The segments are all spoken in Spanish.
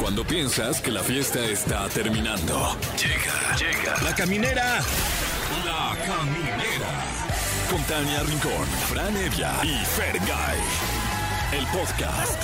Cuando piensas que la fiesta está terminando. Llega La Caminera. La Caminera. Con Tania Rincón, Fran Evia y Fergay. El podcast.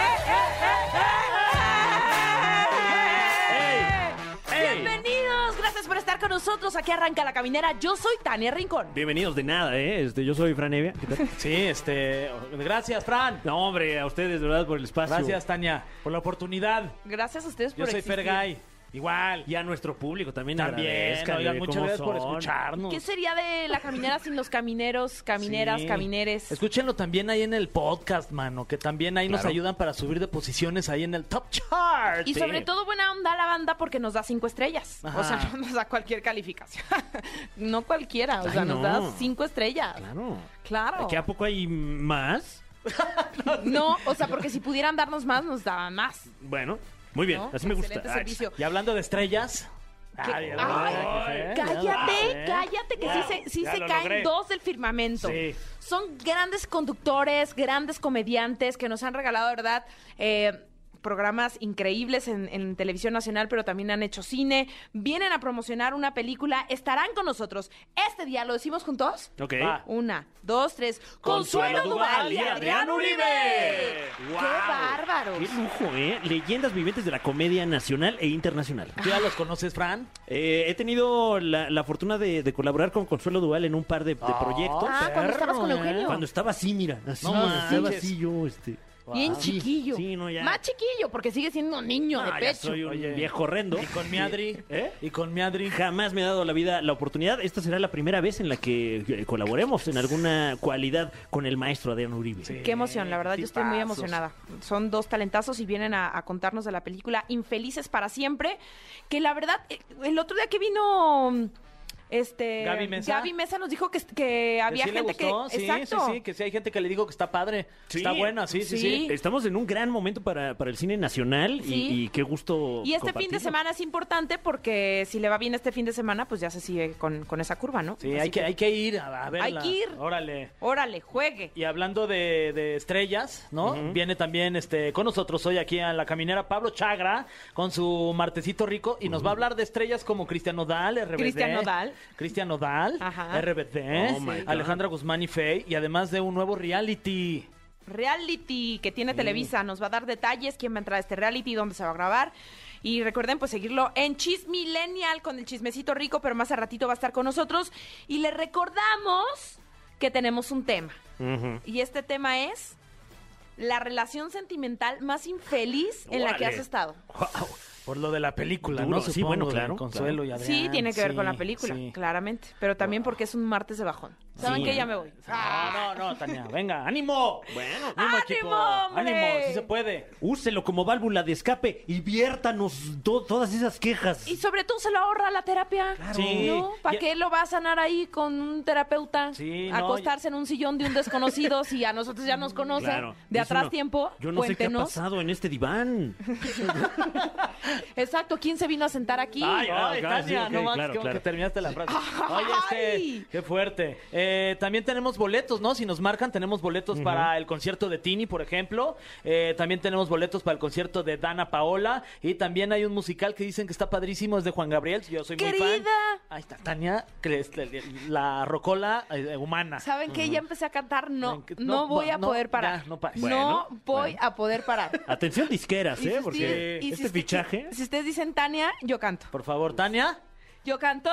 Bienvenidos, gracias por estar con nosotros. Aquí arranca La Caminera. Yo soy Tania Rincón. Bienvenidos de nada, yo soy Fran Evia. ¿Qué tal? Sí, gracias, Fran. No, hombre, a ustedes, de verdad, por el espacio. Gracias, Tania, por la oportunidad. Gracias a ustedes Yo por soy existir. Fergay. Igual. Y a nuestro público también. Oigan, muchas gracias por escuchar. escucharnos. ¿Qué sería de La Caminera sin los camineros, camineras, Sí. camineres? Escúchenlo también ahí en el podcast, mano, que también ahí nos Claro. ayudan para subir de posiciones ahí en el Top Chart. Y sobre todo buena onda la banda porque nos da 5 estrellas. Ajá. O sea, no nos da cualquier calificación. No cualquiera, o sea, Ay, nos no. da 5 estrellas. Claro. Claro. ¿Que a poco hay más? No, o sea, porque si pudieran darnos más, nos daban más. Bueno, muy bien, ¿No? así me gusta. Excelente Ay, servicio. Y hablando de estrellas. Ay, ay, cállate, que sí ya se lo caen logré. dos del firmamento. Sí. Son grandes conductores, grandes comediantes que nos han regalado, ¿verdad? Programas increíbles en televisión nacional, pero también han hecho cine. Vienen a promocionar una película, estarán con nosotros. Este día, ¿lo decimos juntos? Ok. Va. 1, 2, 3. Consuelo Duval y Adrián Uribe. ¡Qué bárbaros! Qué lujo, Leyendas vivientes de la comedia nacional e internacional. ¿Tú ya los conoces, Fran? He tenido la fortuna de colaborar con Consuelo Duval en un par de proyectos. Ah, cuando estabas con perro, Eugenio. Cuando estaba así, mira, así, No cuando estaba manches. así yo, Bien Sí, chiquillo. sí, no, ya. Más chiquillo, porque sigue siendo un niño de Ah, ya pecho. soy un Oye. viejo horrendo. Y con mi Adri. ¿Eh? Y con mi Adri. Jamás me ha dado la vida la oportunidad. Esta será la primera vez en la que colaboremos en alguna cualidad con el maestro Adrián Uribe. Sí. Qué emoción, la verdad, yo estoy muy Tipazos. emocionada. Son dos talentazos y vienen a contarnos de la película Infelices para siempre, que la verdad, el otro día que vino... Gaby Mesa. nos dijo que había Que sí le gente gustó, que... sí, Exacto. sí, que sí hay gente que le dijo que está padre. Sí. Está buena, sí. Estamos en un gran momento para el cine nacional Sí. y qué gusto Y este fin de compartirlo. semana es importante porque si le va bien este fin de semana, pues ya se sigue con esa curva, ¿no? Sí, Así hay que ir a verla. Hay que ir. Órale. Órale, juegue. Y hablando de estrellas, ¿no? Viene también con nosotros hoy aquí en La Caminera Pablo Chagra con su martesito rico y nos va a hablar de estrellas como Cristian Nodal, RBD. Cristian Nodal, Ajá. RBD, Oh, my God. Alejandra Guzmán y Faye y además de un nuevo reality. Reality que tiene Televisa. Nos va a dar detalles, quién va a entrar a este reality, dónde se va a grabar. Y recuerden pues seguirlo en Chismillennial con el chismecito rico, pero más a ratito va a estar con nosotros. Y les recordamos que tenemos un tema. Ujú. Y este tema es la relación sentimental más infeliz en la que has Órale. estado. Wow. Por lo de la película, Duro, ¿no? sí, Supongo, bueno, de claro, Consuelo y Adrián. Sí, tiene que ver con la Sí, película, sí. claramente. Pero también porque es un martes de bajón. ¿Saben Sí. qué? Ya me voy. No, Tania, venga, ánimo. Bueno, ánimo, ¡Ánimo, equipo. hombre! Ánimo, sí se puede. úselo como válvula de escape y viértanos todas esas quejas. Y sobre todo se lo ahorra la terapia. Sí. ¿No? ¿Para Ya- qué lo va a sanar ahí con un terapeuta? Sí, no, Acostarse en un sillón de un desconocido si a nosotros ya nos conocen. Claro. De Eso atrás no- tiempo. Yo no sé qué ha cuéntenos. pasado en este diván. Exacto, ¿quién se vino a sentar aquí? Ay, claro, Tania, sí, no ok, manches, claro, que claro. terminaste la frase. Oye, Ay. qué fuerte. También tenemos boletos, ¿no? Si nos marcan, tenemos boletos para el concierto de Tini, por ejemplo. También tenemos boletos para el concierto de Dana Paola. Y también hay un musical que dicen que está padrísimo, es de Juan Gabriel. Yo soy muy fan. ¡Querida! Ahí está, Tania, que es la rocola humana. ¿Saben qué? Ya empecé a cantar. No, Ven, no voy a no, poder parar. ya, no pares. No Bueno, voy a poder parar. Atención disqueras, Y si porque ustedes- y si este usted- fichaje... Si ustedes dicen Tania, yo canto. Por favor, Tania. ¡Yo canto!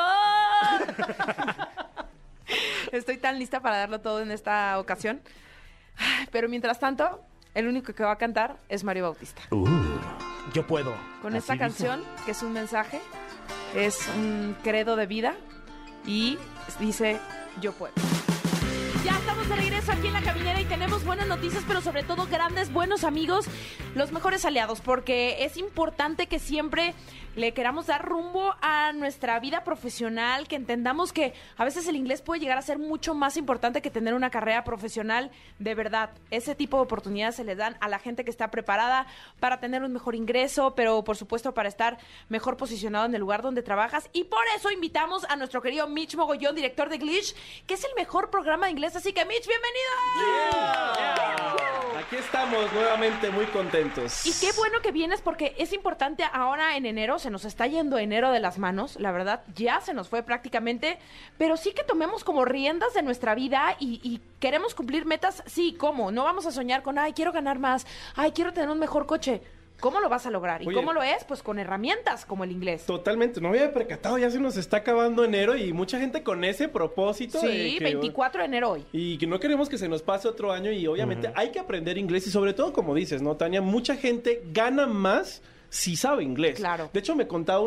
Estoy tan lista para darlo todo en esta ocasión. Ay, pero mientras tanto, el único que va a cantar es Mario Bautista. Yo puedo. Con Así esta dijo. canción, que es un mensaje, es un credo de vida y dice, yo puedo. Ya estamos de regreso aquí en La Caminera y tenemos buenas noticias, pero sobre todo grandes, buenos amigos, los mejores aliados, porque es importante que siempre le queramos dar rumbo a nuestra vida profesional, que entendamos que a veces el inglés puede llegar a ser mucho más importante que tener una carrera profesional de verdad. Ese tipo de oportunidades se le dan a la gente que está preparada para tener un mejor ingreso, pero por supuesto para estar mejor posicionado en el lugar donde trabajas. Y por eso invitamos a nuestro querido Mitch Mogollón, director de Glitch, que es el mejor programa de inglés. Así que Mitch, bienvenido. Aquí estamos nuevamente muy contentos. Y qué bueno que vienes porque es importante ahora en enero, se nos está yendo enero de las manos, la verdad, ya se nos fue prácticamente, pero sí que tomemos como riendas de nuestra vida y queremos cumplir metas, sí, ¿cómo? No vamos a soñar con, ay, quiero ganar más, ay, quiero tener un mejor coche. ¿Cómo lo vas a lograr? ¿Y Oye, cómo lo es? Pues con herramientas como el inglés. Totalmente, no me había percatado, ya se nos está acabando enero y mucha gente con ese propósito. Sí, 24 de enero hoy. Y que no queremos que se nos pase otro año y obviamente hay que aprender inglés y sobre todo, como dices, ¿no, Tania? Mucha gente gana más si sabe inglés. Claro. De hecho, me contaba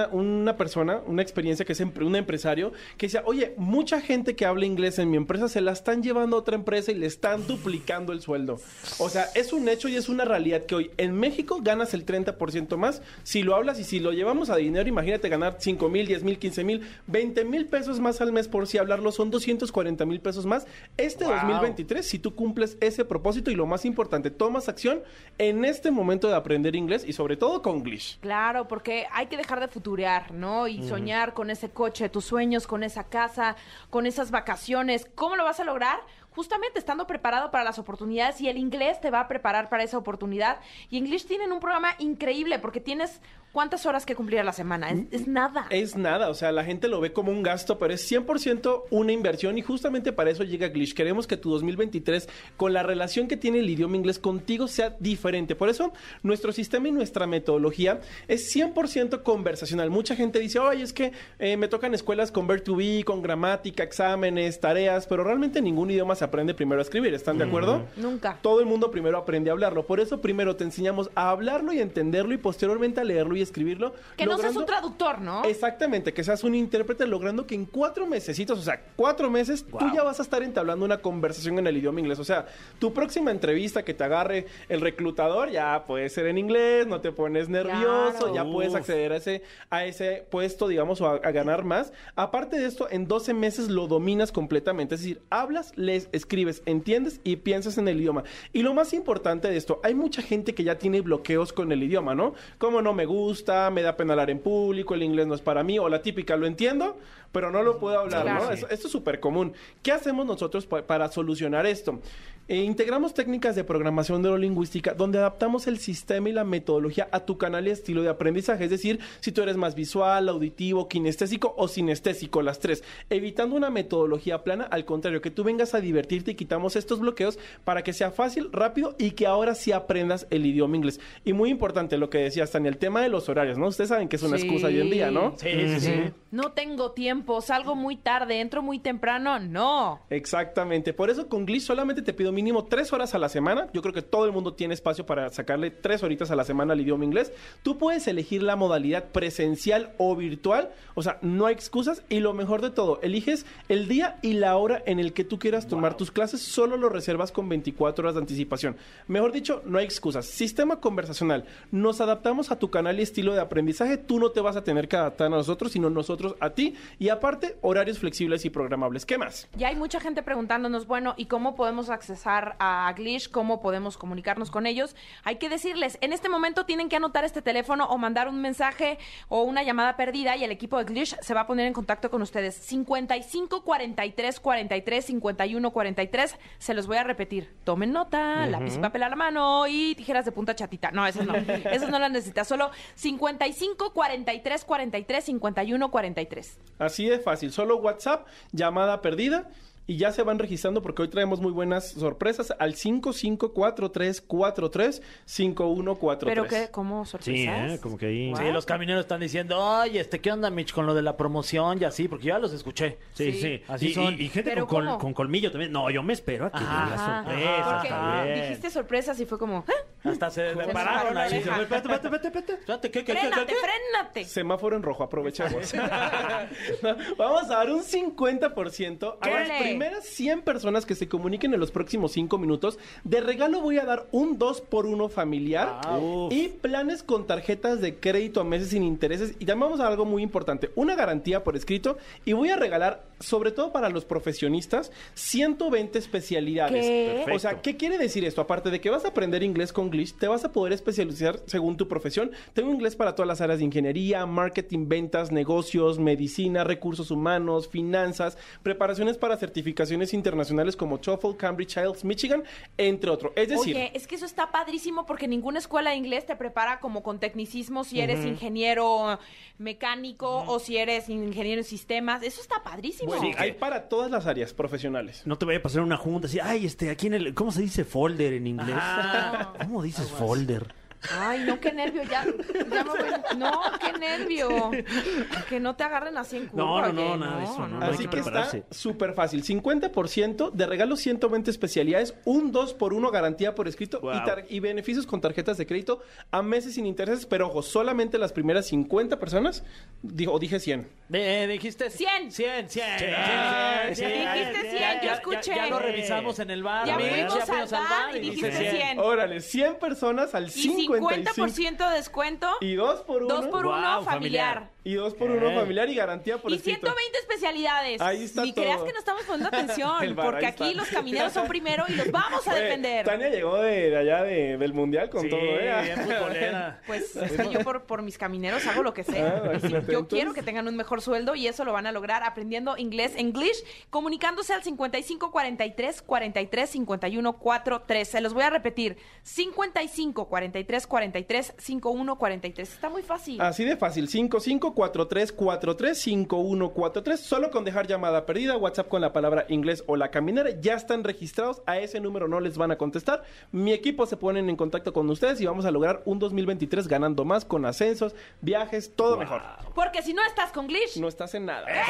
una persona, una experiencia que es un empresario, que decía, oye, mucha gente que habla inglés en mi empresa se la están llevando a otra empresa y le están duplicando el sueldo. O sea, es un hecho y es una realidad que hoy en México ganas el 30% más si lo hablas y si lo llevamos a dinero, imagínate ganar 5,000, 10,000, 15,000, 20,000 pesos más al mes por si hablarlo, son 240,000 pesos más. Wow. 2023, si tú cumples ese propósito y lo más importante, tomas acción en este momento de aprender inglés y sobre todo con Glish. Claro, porque hay que dejar de futurear, ¿no? Y soñar con ese coche, tus sueños, con esa casa, con esas vacaciones. ¿Cómo lo vas a lograr? Justamente estando preparado para las oportunidades y el inglés te va a preparar para esa oportunidad. Y English tienen un programa increíble porque tienes ¿cuántas horas que cumplir a la semana? Es nada. Es nada, o sea, la gente lo ve como un gasto, pero es 100% una inversión y justamente para eso llega Glish. Queremos que tu 2023, con la relación que tiene el idioma inglés contigo, sea diferente. Por eso, nuestro sistema y nuestra metodología es 100% conversacional. Mucha gente dice, oye, es que me tocan escuelas con Verb2Be, con gramática, exámenes, tareas, pero realmente ningún idioma se aprende primero a escribir, ¿están de acuerdo? Nunca. Todo el mundo primero aprende a hablarlo, por eso primero te enseñamos a hablarlo y entenderlo y posteriormente a leerlo y escribirlo. Que no seas un traductor, ¿no? Exactamente, que seas un intérprete, logrando que en 4 mesecitos, o sea, 4 meses, tú ya vas a estar entablando una conversación en el idioma inglés. O sea, tu próxima entrevista que te agarre el reclutador ya puede ser en inglés, no te pones nervioso, Claro. ya puedes acceder a ese puesto, digamos, o a ganar más. Aparte de esto, en 12 meses lo dominas completamente, es decir, hablas, lees, escribes, entiendes y piensas en el idioma. Y lo más importante de esto, hay mucha gente que ya tiene bloqueos con el idioma, ¿no? Como no me gusta, me da pena hablar en público, el inglés no es para mí, o la típica, lo entiendo, pero no lo puedo hablar, Claro. ¿no? Esto es súper común. ¿Qué hacemos nosotros para solucionar esto? Integramos técnicas de programación neurolingüística donde adaptamos el sistema y la metodología a tu canal y estilo de aprendizaje. Es decir, si tú eres más visual, auditivo, kinestésico o sinestésico, las tres. Evitando una metodología plana, al contrario, que tú vengas a divertirte y quitamos estos bloqueos para que sea fácil, rápido y que ahora sí aprendas el idioma inglés. Y muy importante lo que decías, Tania, el tema de los horarios, ¿no? Ustedes saben que es una excusa hoy en día, ¿no? Sí, sí, sí. No tengo tiempo, salgo muy tarde, entro muy temprano, no. Exactamente. Por eso con Glish solamente te pido mínimo 3 horas a la semana. Yo creo que todo el mundo tiene espacio para sacarle 3 horitas a la semana al idioma inglés. Tú puedes elegir la modalidad presencial o virtual. O sea, no hay excusas. Y lo mejor de todo, eliges el día y la hora en el que tú quieras tomar tus clases. Solo lo reservas con 24 horas de anticipación. Mejor dicho, no hay excusas. Sistema conversacional. Nos adaptamos a tu canal y estilo de aprendizaje. Tú no te vas a tener que adaptar a nosotros, sino nosotros a ti. Y aparte, horarios flexibles y programables. ¿Qué más? Ya hay mucha gente preguntándonos, bueno, ¿y cómo podemos accesar a Glish? ¿Cómo podemos comunicarnos con ellos? Hay que decirles, en este momento tienen que anotar este teléfono o mandar un mensaje o una llamada perdida y el equipo de Glish se va a poner en contacto con ustedes. 55 43 43 51 43. Se los voy a repetir. Tomen nota, lápiz y papel a la mano y tijeras de punta chatita. No, esas no. Esas no las necesitas. Solo 55 43 43 51 43. Así de fácil, solo WhatsApp, llamada perdida y ya se van registrando porque hoy traemos muy buenas sorpresas al 5543435143. Pero que, ¿cómo sorpresas? Sí, como que ahí... Wow. Sí, los camineros están diciendo, ay, ¿qué onda, Mitch, con lo de la promoción y así? Porque ya los escuché. Sí, Sí. sí. Así Y- son. y gente Pero con, ¿cómo? con colmillo también. No, yo me espero a que Ajá. diga Ajá. sorpresa. Porque está bien. dijiste sorpresas y fue como, ¿eh? Hasta se me pararon paró ahí. la Sí, oreja. espérate, espérate, espérate. Espérate, ¿qué? ¡Frénate, frénate! Semáforo en rojo, aprovechamos. Vamos a dar un 50% a las ¡Órale! primeras 100 personas que se comuniquen en los próximos 5 minutos. De regalo voy a dar un 2x1 familiar Wow. y planes con tarjetas de crédito a meses sin intereses. Y también vamos a dar algo muy importante, una garantía por escrito. Y voy a regalar, sobre todo para los profesionistas, 120 especialidades. ¿Qué? O sea, ¿qué quiere decir esto? Aparte de que vas a aprender inglés con Conglish te vas a poder especializar según tu profesión. Tengo inglés para todas las áreas de ingeniería, marketing, ventas, negocios, medicina, recursos humanos, finanzas, preparaciones para certificaciones internacionales como TOEFL, Cambridge, IELTS, Michigan, entre otros. Es decir, Oye, es que eso está padrísimo porque ninguna escuela de inglés te prepara como con tecnicismo si eres ingeniero mecánico o si eres ingeniero en sistemas. Eso está padrísimo. bueno, hay para todas las áreas profesionales. No te vaya a pasar una junta así, ay, aquí en el... ¿Cómo se dice folder en inglés? ¿Cómo dices folder? Ay, no, qué nervio, ya me voy. No, qué nervio. Que no te agarren así en curva. No, oye, nada de eso, no hay Así que que está prepararse. súper fácil. 50% de regalos, 120 especialidades, un 2x1 garantía por escrito Wow. y beneficios con tarjetas de crédito a meses sin intereses. Pero ojo, solamente las primeras 50 personas, dije 100. Dijiste 100. 100. Dijiste 100, yo escuché. Ya lo revisamos en el bar. Ya Mitch, fuimos al fuimos bar y dijiste 100. Órale, 100 personas al Y 50% de descuento. Y 2x1. 2 por 1 Wow, familiar. Y 2x1 familiar y garantía por Y escrito. 120 especialidades. Ahí está Ni todo. creas que no estamos poniendo atención, El bar, porque ahí está. aquí los camineros son primero y los vamos a Oye, defender. Tania llegó de allá del mundial con Sí, todo, bien futbolera. Pues es que yo por mis camineros hago lo que sea. Ah, Y si- yo entonces- quiero que tengan un mejor sueldo y eso lo van a lograr aprendiendo inglés, English, comunicándose al 55 43 43 51 43. Se los voy a repetir. 55 43 43 51 43. Está muy fácil. Así de fácil, 5543435143, solo con dejar llamada perdida, WhatsApp con la palabra inglés o la caminera, ya están registrados, a ese número no les van a contestar, mi equipo se ponen en contacto con ustedes y vamos a lograr un 2023 ganando más con ascensos, viajes, todo mejor. Porque si no estás con Glish, No estás en nada. ¡Eh!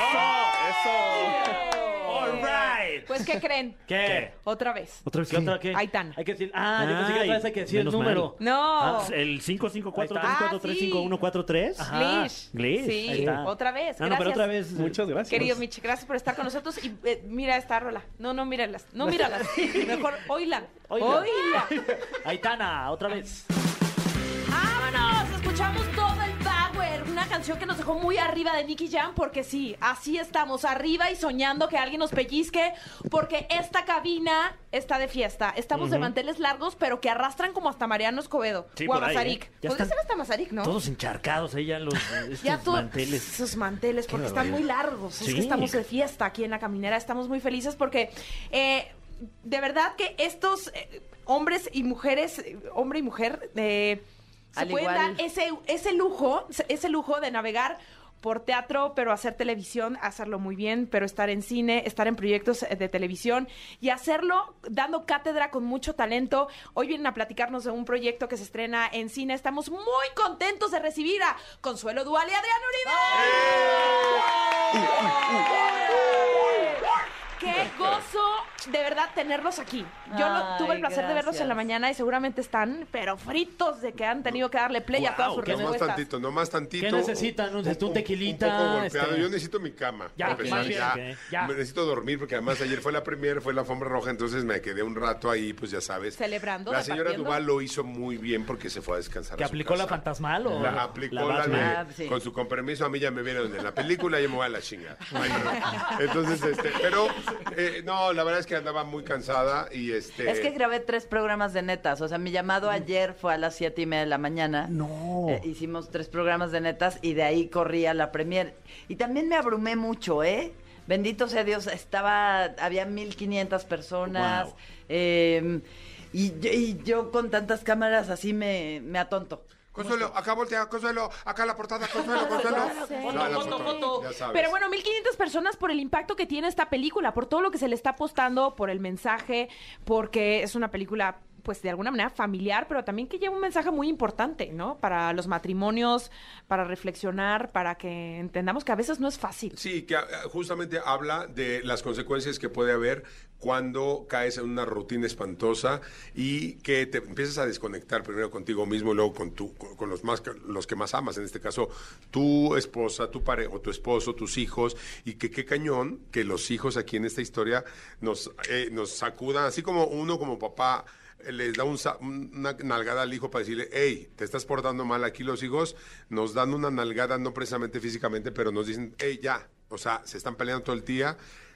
All right. pues ¿qué creen? ¿Qué? Otra vez. ¿Otra vez ¿Qué otra qué? Aitana. Hay que decir, yo pensé que otra vez hay que decir el menos número. mal. No. El 554 Ahí está. 343 Ah, sí. 5143. Glish. Sí, Ahí está. otra vez. Ah, no, pero Gracias. otra vez. Muchas gracias. Querido Michi, gracias por estar con nosotros y mira esta rola. No, míralas. No, míralas. Mejor oíla. Oíla. Oíla. Aitana, otra vez. ¡Vámonos! Escuchamos todo el Power, una canción que nos dejó muy arriba de Nicky Jam, porque sí, así estamos, arriba y soñando que alguien nos pellizque, porque esta cabina está de fiesta. Estamos de manteles largos, pero que arrastran como hasta Mariano Escobedo Sí, o a por ahí, Mazarik. ¿eh? Ya Podría están ser hasta Mazarik, ¿no? Todos encharcados ahí ya estos Ya todos manteles. esos manteles, porque Qué están muy barbaridad. largos. Es Sí. que estamos de fiesta aquí en la caminera. Estamos muy felices porque de verdad que estos hombres y mujeres, hombre y mujer, se Al pueden igual. dar ese lujo de navegar por teatro, pero hacer televisión, hacerlo muy bien, pero estar en cine, estar en proyectos de televisión y hacerlo dando cátedra con mucho talento. Hoy vienen a platicarnos de un proyecto que se estrena en cine. Estamos muy contentos de recibir a Consuelo Duval y Adrián Uribe. ¡Qué gozo de verdad tenerlos aquí! Yo tuve el placer de verlos en la gracias. mañana y seguramente están, pero fritos de que han tenido que darle play a todas sus ¿qué No más respuestas. tantito, no más tantito. ¿Qué necesitan? Un tequilita, Un poco golpeado. este- Yo necesito mi cama. Ya, para empezar, más bien, ya. ok, ya. Necesito dormir porque además ayer fue la premier, fue la alfombra roja, entonces me quedé un rato ahí, pues ya sabes. Celebrando, La señora repartiendo. Duval lo hizo muy bien porque se fue a descansar. ¿Que a su aplicó la casa. fantasmal o La aplicó la la Batman? de- Ah, sí. con su compromiso. A mí ya me vieron en la película y yo me voy a la chinga. Entonces, pero no, la verdad es que andaba muy cansada y Es que grabé 3 programas de netas. O sea, mi llamado ayer fue a las 7:30 de la mañana. No. Hicimos 3 programas de netas y de ahí corrí a la premier. Y también me abrumé mucho, ¿eh? Bendito sea Dios, había 1,500 personas. Wow. Y yo con tantas cámaras así me atonto. Consuelo, acá voltea, Consuelo, acá la portada, Consuelo. No, la foto, ya sabes. Pero bueno, 1,500 personas por el impacto que tiene esta película, por todo lo que se le está apostando, por el mensaje, porque es una película, pues de alguna manera familiar, pero también que lleva un mensaje muy importante, ¿no? Para los matrimonios, para reflexionar, para que entendamos que a veces no es fácil. Sí, que justamente habla de las consecuencias que puede haber cuando caes en una rutina espantosa y que te empiezas a desconectar primero contigo mismo y luego con los que más amas, en este caso tu esposa, tu pareja o tu esposo, tus hijos, y que qué cañón que los hijos aquí en esta historia nos sacudan, así como uno como papá les da una nalgada al hijo para decirle, hey, te estás portando mal. Aquí los hijos nos dan una nalgada, no precisamente físicamente, pero nos dicen, hey, ya, o sea, se están peleando todo el día,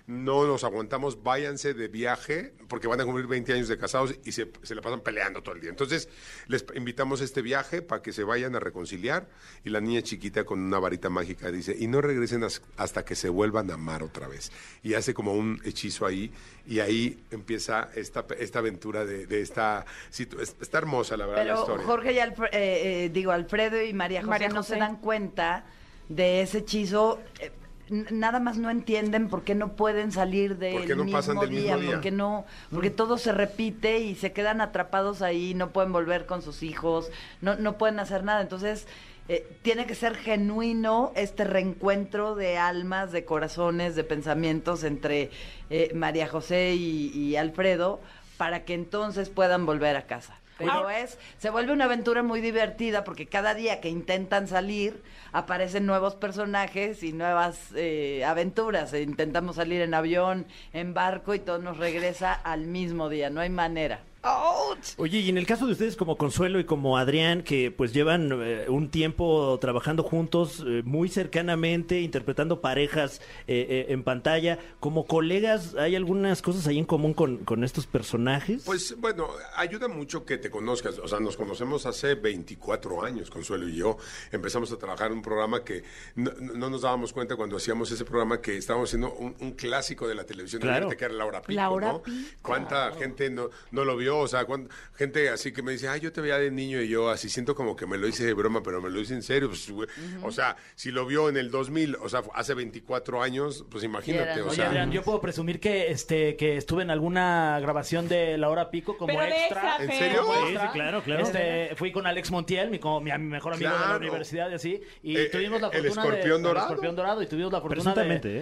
no nos aguantamos, váyanse de viaje, porque van a cumplir 20 años de casados y se la pasan peleando todo el día. Entonces, les invitamos a este viaje para que se vayan a reconciliar, y la niña chiquita con una varita mágica dice, y no regresen hasta que se vuelvan a amar otra vez. Y hace como un hechizo ahí, y ahí empieza esta aventura de esta... Está hermosa, la verdad, Pero la historia. Jorge y Alfredo y María José no se dan cuenta de ese hechizo. Nada más no entienden por qué no pueden salir ¿Por qué no pasan del mismo día? Porque todo se repite y se quedan atrapados ahí, no pueden volver con sus hijos, no pueden hacer nada. Entonces, tiene que ser genuino este reencuentro de almas, de corazones, de pensamientos entre María José y Alfredo, para que entonces puedan volver a casa. Pero se vuelve una aventura muy divertida porque cada día que intentan salir aparecen nuevos personajes y nuevas aventuras. Intentamos salir en avión, en barco y todo nos regresa al mismo día, no hay manera. Oye, y en el caso de ustedes como Consuelo y como Adrián, que pues llevan un tiempo trabajando juntos muy cercanamente, interpretando parejas en pantalla, como colegas, ¿hay algunas cosas ahí en común con estos personajes? Pues bueno, ayuda mucho que te conozcas. O sea, nos conocemos hace 24 años, Consuelo y yo. Empezamos a trabajar en un programa que no nos dábamos cuenta cuando hacíamos ese programa que estábamos haciendo un clásico de la televisión abierta, que era La Hora Pico, ¿no? ¿Cuánta gente no lo vio? O sea, gente así que me dice, yo te veía de niño, y yo así siento como que me lo hice de broma, pero me lo hice en serio. Pues, o sea, si lo vio en el 2000, o sea, hace 24 años, pues imagínate. Oye, Adrián, yo puedo presumir que estuve en alguna grabación de La Hora Pico como extra. ¿En serio? Sí, claro. Fui con Alex Montiel, mi mejor amigo de la universidad y así, y tuvimos la fortuna ¿El Escorpión Dorado? El Escorpión Dorado, y tuvimos la fortuna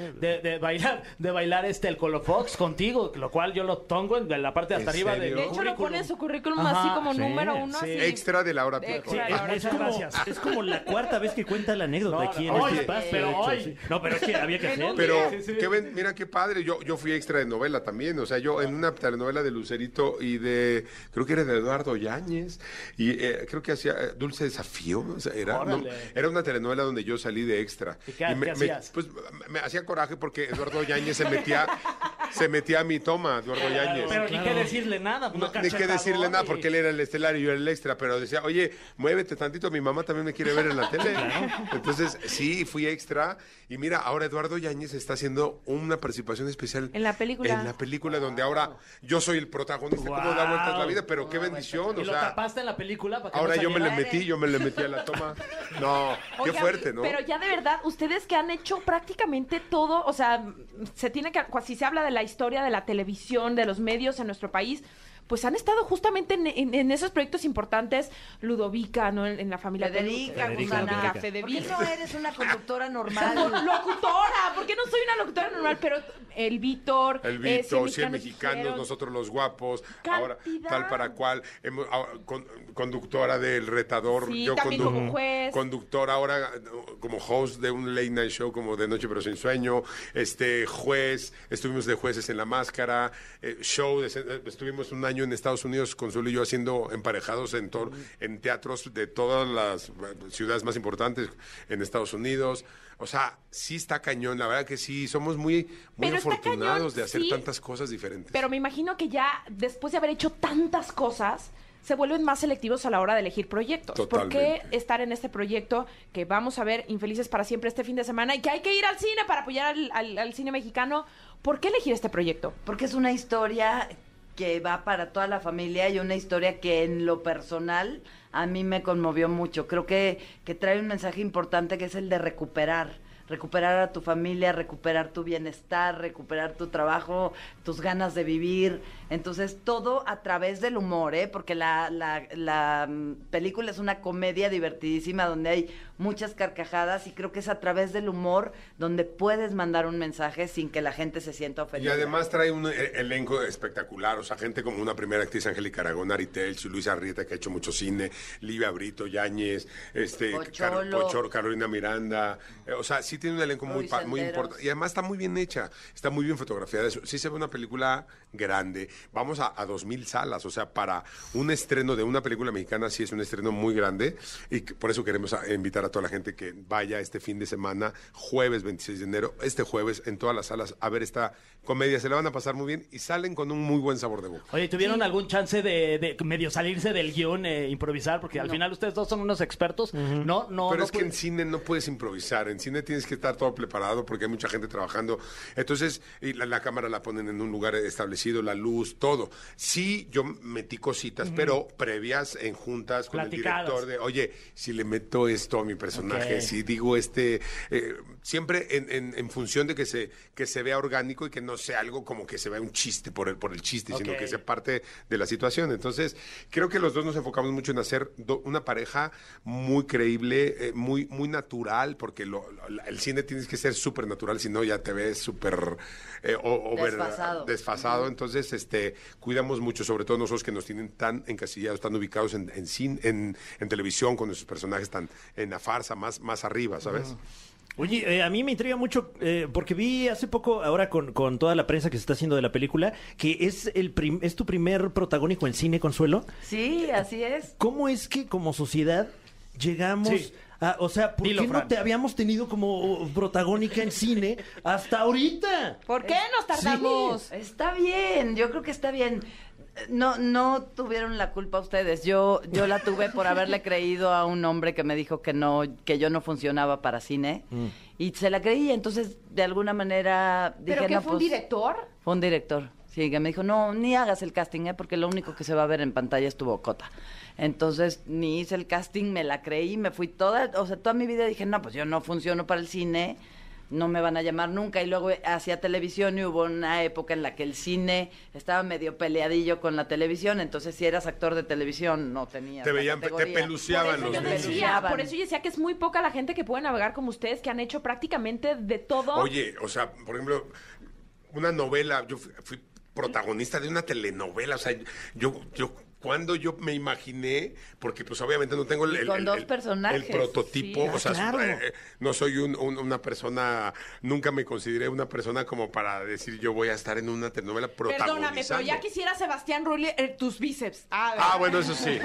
de bailar el Colofox contigo, lo cual yo lo pongo en la parte de hasta arriba serio? De hecho, lo pone en su currículum así como número uno. sí. Así. Extra de La Hora Pico. Extra. Es como la cuarta vez que cuenta la anécdota aquí en este espacio. pero de hecho, hoy. sí. No, pero es que había que hacerlo. Pero, Sí. mira qué padre, yo fui extra de novela también, o sea, yo en una telenovela de Lucerito y creo que era de Eduardo Yáñez, y creo que hacía Dulce Desafío, o sea, era una telenovela donde yo salí de extra. ¿Y qué hacías? Pues me hacía coraje porque Eduardo Yáñez se metía a mi toma, Eduardo Yáñez. Pero ni qué decirle nada. Ni qué decirle nada, porque él era el estelar y yo era el extra, pero decía, oye, muévete tantito, mi mamá también me quiere ver en la tele. Entonces, sí, fui extra, y mira, ahora Eduardo Yáñez está haciendo una participación especial En la película. En la película, donde ahora yo soy el protagonista. ¿Cómo da vueltas la vida? Pero qué bendición, ¿Y o lo sea, tapaste en la película para que ahora no yo me saliera? le metí a la toma. No, qué Oigan, fuerte, ¿no? Pero ya de verdad, ustedes que han hecho prácticamente todo, o sea, se tiene que, si se habla de la historia de la televisión, de los medios en nuestro país, pues han estado justamente en esos proyectos importantes. Ludovica, ¿no? En la familia Federica, Federica. ¿Por qué no eres una conductora normal? Locutora, ¿por qué no soy una locutora normal? Pero el Víctor, 100 mexicanos, nosotros los guapos, ahora tal para cual, conductora del Retador, Sí, yo también como juez. conductor ahora como host de un late night show como De Noche pero sin sueño, juez, estuvimos de jueces en La Máscara, estuvimos un año en Estados Unidos, Consuelo y yo haciendo emparejados en teatros de todas las ciudades más importantes en Estados Unidos. O sea, sí está cañón, la verdad que sí, somos muy Pero está afortunados cañón, de hacer sí. tantas cosas diferentes. Pero me imagino que ya después de haber hecho tantas cosas, se vuelven más selectivos a la hora de elegir proyectos. Totalmente. ¿Por qué estar en este proyecto que vamos a ver Infelices para Siempre este fin de semana y que hay que ir al cine para apoyar al cine mexicano? ¿Por qué elegir este proyecto? Porque es una historia que va para toda la familia y una historia que en lo personal a mí me conmovió mucho. Creo que trae un mensaje importante que es el de recuperar a tu familia, recuperar tu bienestar, recuperar tu trabajo, tus ganas de vivir. Entonces, todo a través del humor, porque la película es una comedia divertidísima donde hay muchas carcajadas y creo que es a través del humor donde puedes mandar un mensaje sin que la gente se sienta Y ofendida. además trae un elenco espectacular, o sea, gente como una primera actriz, Angélica Aragón, Ari Telch, Luisa Arrieta, que ha hecho mucho cine, Livia Brito, Yáñez, Pocholo. Carolina Miranda, o sea, sí tiene un elenco muy Senderos. importante. Y además está muy bien hecha, está muy bien fotografiada. Sí se ve una película grande. Vamos a 2,000 salas. O sea, para un estreno de una película mexicana sí es un estreno muy grande. Y por eso queremos invitar a toda la gente que vaya este fin de semana, jueves 26 de enero, este jueves, en todas las salas, a ver esta comedia. Se la van a pasar muy bien y salen con un muy buen sabor de boca. Oye, ¿tuvieron algún chance de medio salirse del guión, improvisar? Porque al final ustedes dos son unos expertos. No, Pero no es que en cine no puedes improvisar. En cine tienes que estar todo preparado porque hay mucha gente trabajando. Entonces, y la cámara la ponen en un lugar establecido, la luz, todo. Sí, yo metí cositas, pero previas en juntas con Platicadas. el director de, oye, si le meto esto a mi personaje, Ok. si digo siempre en función de que se vea orgánico y que no sea algo como que se vea un chiste por el chiste, sino Ok. que sea parte de la situación. Entonces, creo que los dos nos enfocamos mucho en hacer una pareja muy creíble, muy natural, porque el cine tienes que ser súper natural, si no ya te ves súper desfasado. Entonces, cuidamos mucho, sobre todo nosotros que nos tienen tan encasillados, tan ubicados en cine, en televisión, con nuestros personajes tan en la farsa, más arriba, ¿sabes? Oye, a mí me intriga mucho porque vi hace poco, ahora con toda la prensa que se está haciendo de la película, que es es tu primer protagónico en cine, Consuelo. Sí, así es. ¿Cómo es que como sociedad llegamos Sí. o sea, ¿por Dilo, qué no Fran. te habíamos tenido como protagónica en cine hasta ahorita? ¿Por qué nos tardamos? Está bien, yo creo que está bien. No tuvieron la culpa ustedes. Yo la tuve por haberle creído a un hombre que me dijo que yo no funcionaba para cine. Y se la creí, entonces de alguna manera dije, ¿Pero qué no, fue un pues, director? Fue un director, sí, que me dijo, no, ni hagas el casting, porque lo único que se va a ver en pantalla es tu bocota. Entonces, ni hice el casting, me la creí, me fui toda mi vida dije, no, pues yo no funciono para el cine, no me van a llamar nunca. Y luego hacía televisión y hubo una época en la que el cine estaba medio peleadillo con la televisión, entonces si eras actor de televisión no tenías Te la veían, te categoría. peluceaban Por los eso, yo niños. decía, por eso yo decía que es muy poca la gente que puede navegar como ustedes, que han hecho prácticamente de todo. Oye, o sea, por ejemplo, una novela, yo fui protagonista de una telenovela, o sea, cuando yo me imaginé, porque pues obviamente no tengo Y con dos personajes. el prototipo, Sí. o sea, Claro. no soy una persona, nunca me consideré una persona como para decir yo voy a estar en una telenovela protagonizando. Perdóname, pero ya quisiera Sebastián Rulli tus bíceps. Bueno, eso sí.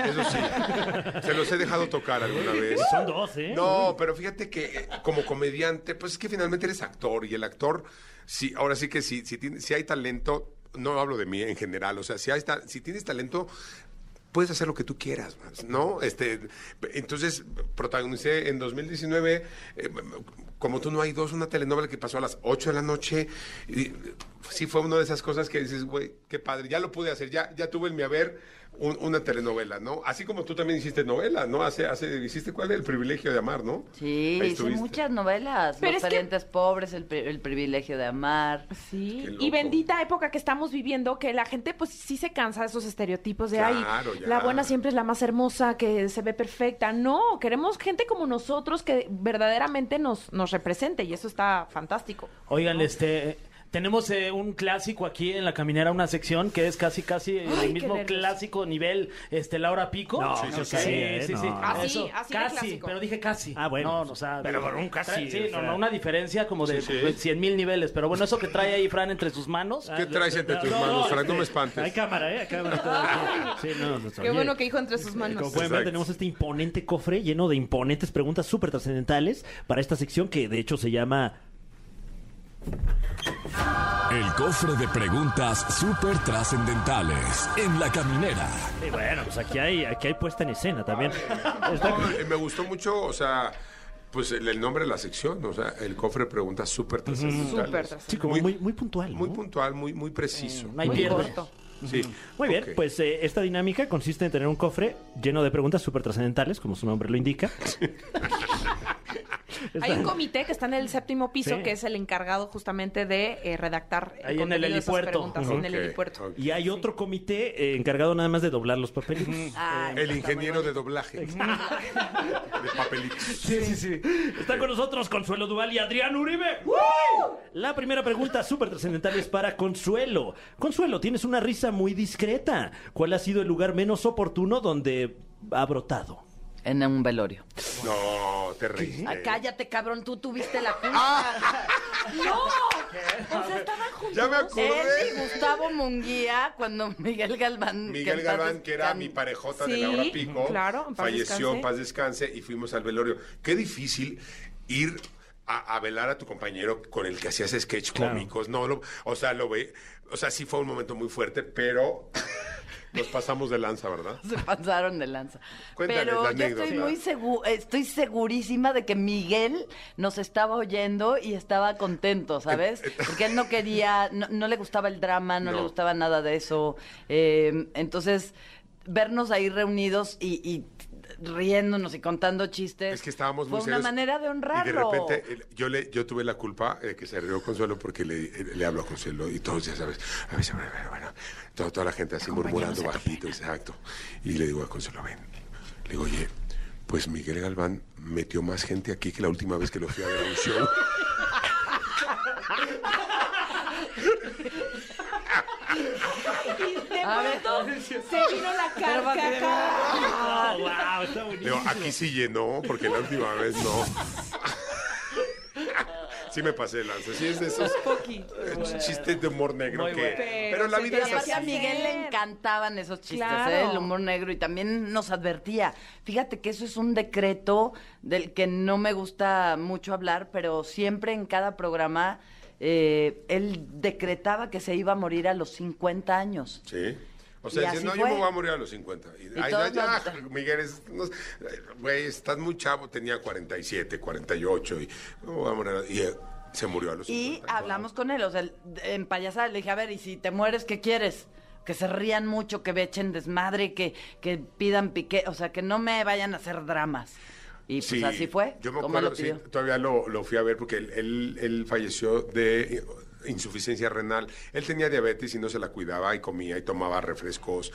Se los he dejado tocar alguna vez. Son dos, ¿eh? No, pero fíjate que como comediante, pues es que finalmente eres actor y el actor, sí, ahora sí que si hay talento, no hablo de mí en general, o sea, si tienes talento, puedes hacer lo que tú quieras, ¿no? Entonces, protagonicé en 2019, Como tú no hay dos, una telenovela que pasó a las 8 de la noche. Y sí fue una de esas cosas que dices, güey, qué padre, ya lo pude hacer, ya tuve en mi haber una telenovela, ¿no? Así como tú también hiciste novela, ¿no? Hiciste ¿cuál es? El privilegio de amar, ¿no? Sí, Ahí hice estuviste. muchas novelas. Pero Los es que- parientes pobres, el privilegio de amar. Sí, Qué loco. y bendita época que estamos viviendo, que la gente pues sí se cansa de esos estereotipos de, Claro, ay, ya. la buena siempre es la más hermosa, que se ve perfecta. No, queremos gente como nosotros que verdaderamente nos represente y eso está fantástico. Oigan, tenemos un clásico aquí en La Caminera, una sección que es casi Ay, el qué mismo nervios. clásico nivel, la hora pico. No, sí, no sí, sé, sí, sí. no. Así, Eso, así de casi, clásico. pero dije casi. Ah, bueno, No, o sea, pero con un casi, Sí, o sea. una diferencia como de Sí, sí. 100,000 niveles. Pero bueno, eso que trae ahí Fran entre sus manos. ¿Qué traes entre tus manos, Frank? No me espantes. Hay cámara, ¿eh? Hay cámara. Sí, no, Qué bueno que dijo entre sus manos. Como pueden ver, Exacto. tenemos este imponente cofre lleno de imponentes preguntas súper trascendentales para esta sección que de hecho se llama... El cofre de preguntas súper trascendentales en La Caminera. Sí, bueno, pues aquí hay puesta en escena también. Está- No, me gustó mucho, o sea, pues el nombre de la sección, o sea, el cofre de preguntas súper trascendentales. Súper trascendentales. Sí, como muy puntual, ¿no? Muy puntual, muy preciso. No hay Muy pierde. corto. Sí. Muy bien, Ok. pues esta dinámica consiste en tener un cofre lleno de preguntas súper trascendentales, como su nombre lo indica. Hay un comité que está en el 7º piso Sí. que es el encargado justamente de redactar Ahí en el contenido de esas helipuerto. preguntas, Ok, en el helipuerto. ok. Y hay otro comité encargado nada más de doblar los papelitos. Ay, El está ingeniero muy de doblaje. De papelitos. Sí. Están con nosotros Consuelo Duval y Adrián Uribe. La primera pregunta súper trascendental es para Consuelo. Consuelo, tienes una risa muy discreta. ¿Cuál ha sido el lugar menos oportuno donde ha brotado? En un velorio. No, te reíste. Ay, cállate, cabrón, tú tuviste la culpa. ¡No! O sea, estaban juntos. Ya me Él acordé. y Gustavo Munguía, cuando Miguel Galván... Miguel Galván, que era mi parejota de Sí, Laura Pico, claro, en paz falleció, descanse. en paz descanse, y fuimos al velorio. Qué difícil ir a velar a tu compañero con el que hacías sketch cómicos. No, o sea, sí fue un momento muy fuerte, pero nos pasamos de lanza, ¿verdad? Se pasaron de lanza. Cuéntales Pero la yo anécdota. estoy segurísima de que Miguel nos estaba oyendo y estaba contento, ¿sabes? Porque él no quería, no le gustaba el drama, no le gustaba nada de eso. Entonces, vernos ahí reunidos y riéndonos y contando chistes. Es que estábamos muy fue una serios. manera de honrarlo. Y de repente yo tuve la culpa de que se rió Consuelo porque le hablo a Consuelo y todos, ya sabes, bueno, toda la gente así murmurando bajito, exacto. Y le digo a Consuelo, ven, le digo, oye, pues Miguel Galván metió más gente aquí que la última vez que lo fui a ver a un show. Y de A ver, pronto se vino la carcajada. Wow, está buenísimo. Digo, aquí sí llenó, porque la última vez no. Sí me pasé de lanza. Sí es de esos chistes de humor negro Muy que... bueno. Pero la se vida es tenía así. A Miguel le encantaban esos chistes, Claro. el humor negro, y también nos advertía. Fíjate que eso es un decreto del que no me gusta mucho hablar, pero siempre en cada programa él decretaba que se iba a morir a los 50 años. Sí. O Y sea, así dice, no, yo fue. me voy a morir a los 50. Y, ay, todos ya, nos- Miguel, güey, estás muy chavo, tenía 47, 48, y me voy a morir y se murió a los Y 50. hablamos con él, o sea, en payasada le dije, a ver, y si te mueres, ¿qué quieres? Que se rían mucho, que echen desmadre, que pidan piqué, o sea, que no me vayan a hacer dramas. Y pues Sí, así fue. Yo me ¿Cómo acuerdo, lo sí, pidió? todavía lo fui a ver porque él falleció de insuficiencia renal. Él tenía diabetes y no se la cuidaba y comía y tomaba refrescos,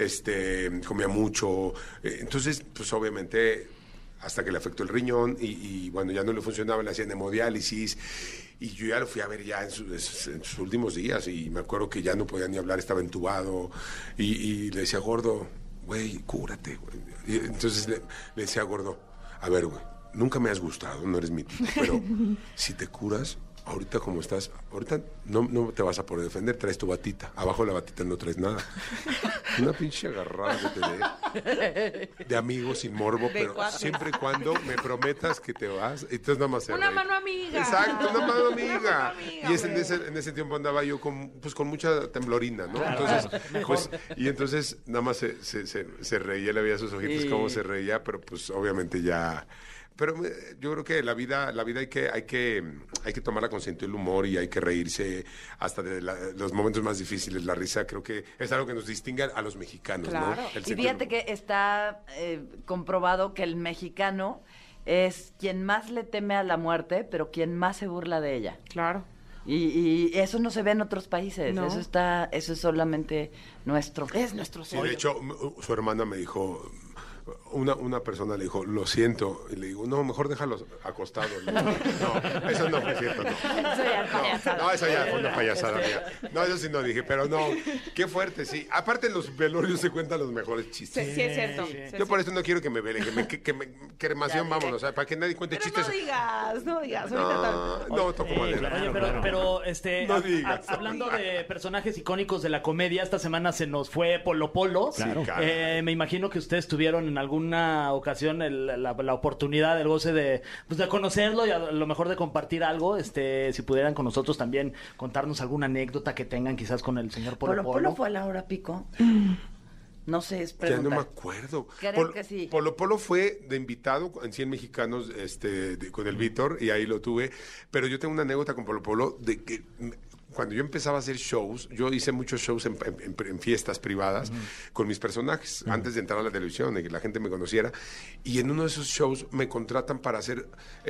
comía mucho. Entonces, pues obviamente, hasta que le afectó el riñón y bueno, ya no le funcionaba, le hacían hemodiálisis. Y yo ya lo fui a ver ya en sus últimos días y me acuerdo que ya no podía ni hablar, estaba entubado y le decía, gordo, güey, cúrate, güey. Y entonces le decía, gordo, a ver, güey, nunca me has gustado, no eres mi tipo, pero si te curas, ahorita como estás, ahorita no te vas a poder defender, traes tu batita, abajo de la batita no traes nada. Una pinche agarrada que te dé de amigos sin morbo, pero siempre y cuando me prometas que te vas, entonces nada más se Una reí. mano amiga. Exacto, una mano amiga. Una mano amiga, Y en ese tiempo andaba yo con mucha temblorina, ¿no? Entonces, pues, y entonces nada más se reía, le veía sus ojitos cómo se reía, pero pues obviamente ya... Pero yo creo que la vida hay que tomarla con sentido del humor y hay que reírse hasta de los momentos más difíciles. La risa creo que es algo que nos distingue a los mexicanos, Claro. ¿no? El Y sentido fíjate del que está comprobado que el mexicano es quien más le teme a la muerte, pero quien más se burla de ella. Claro. Y eso no se ve en otros países. No. Eso es solamente nuestro. Es nuestro Sí, sello. de hecho, su hermana me dijo, una persona le dijo, lo siento, y le digo, no, mejor déjalos acostados. No, eso no fue cierto, no. Eso ya es payasada. No, eso ya fue una payasada mía. No, eso sí no dije, pero no, qué fuerte, sí. Aparte en los velorios se cuentan los mejores Sí, chistes. sí, es cierto. Sí, es Yo por eso no quiero que me velen, cremación, Ya, vámonos, o sea, para que nadie cuente Pero chistes. no digas, ahorita tal. No, toco madera. Oye, pero No digas. hablando de personajes icónicos de la comedia, esta semana se nos fue Polo Polo. Claro. Sí, caray. Me imagino que ustedes tuvieron en alguna ocasión la oportunidad, el goce de conocerlo y a lo mejor de compartir algo. Si pudieran con nosotros también contarnos alguna anécdota que tengan quizás con el señor Polo Polo. ¿Polo fue a la hora pico? No sé, es Ya no pregunta. me acuerdo. Creo que sí. Polo Polo fue de invitado en 100 mexicanos con el Víctor y ahí lo tuve. Pero yo tengo una anécdota con Polo Polo de que cuando yo empezaba a hacer shows, yo hice muchos shows en fiestas privadas con mis personajes antes de entrar a la televisión y que la gente me conociera. Y en uno de esos shows me contratan para hacer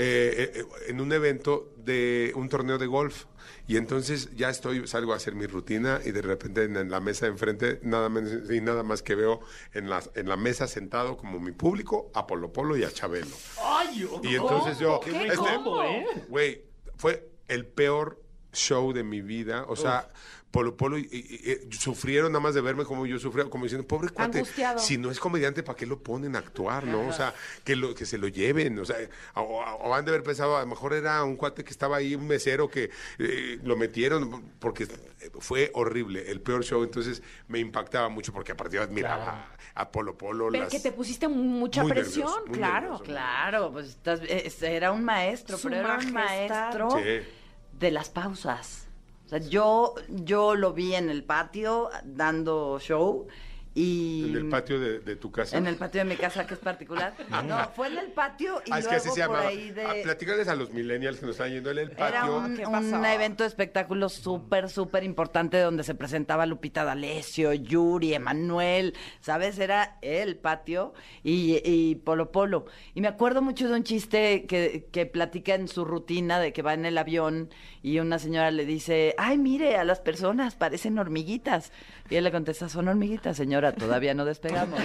en un evento de un torneo de golf. Y entonces ya salgo a hacer mi rutina y de repente en la mesa de enfrente nada más que veo en la mesa sentado como mi público a Polo Polo y a Chabelo. ¡Ay! Y entonces yo, ¿Qué? ¿Cómo? güey, fue el peor show de mi vida. O sea, Polo Polo sufrieron nada más de verme como yo sufría, como diciendo, pobre cuate, Angustiado. si no es comediante, ¿para qué lo ponen a actuar, no? O sea, que se lo lleven, o sea, o han de haber pensado, a lo mejor era un cuate que estaba ahí, un mesero que lo metieron, porque fue horrible, el peor show, entonces me impactaba mucho, porque a partir de admiraba a Polo Polo. Pero que te pusiste mucha muy presión, nervioso, muy claro. nervioso. Claro, pues era un maestro, Su pero era un majestad. maestro Sí. de las pausas. O sea, yo lo vi en el patio dando show y... En el patio de tu casa. En el patio de mi casa, que es particular. No, fue en el patio y es luego que así se por llamaba. ahí de... Platícales a los millennials que nos están yendo en el patio. Era ¿Qué pasó? un evento de espectáculos súper importante donde se presentaba Lupita D'Alessio, Yuri, Emanuel, ¿sabes? Era el patio y Polo Polo. Y me acuerdo mucho de un chiste que platica en su rutina de que va en el avión y una señora le dice, ay, mire, a las personas parecen hormiguitas. Y él le contesta, son hormiguitas, señora, todavía no despegamos.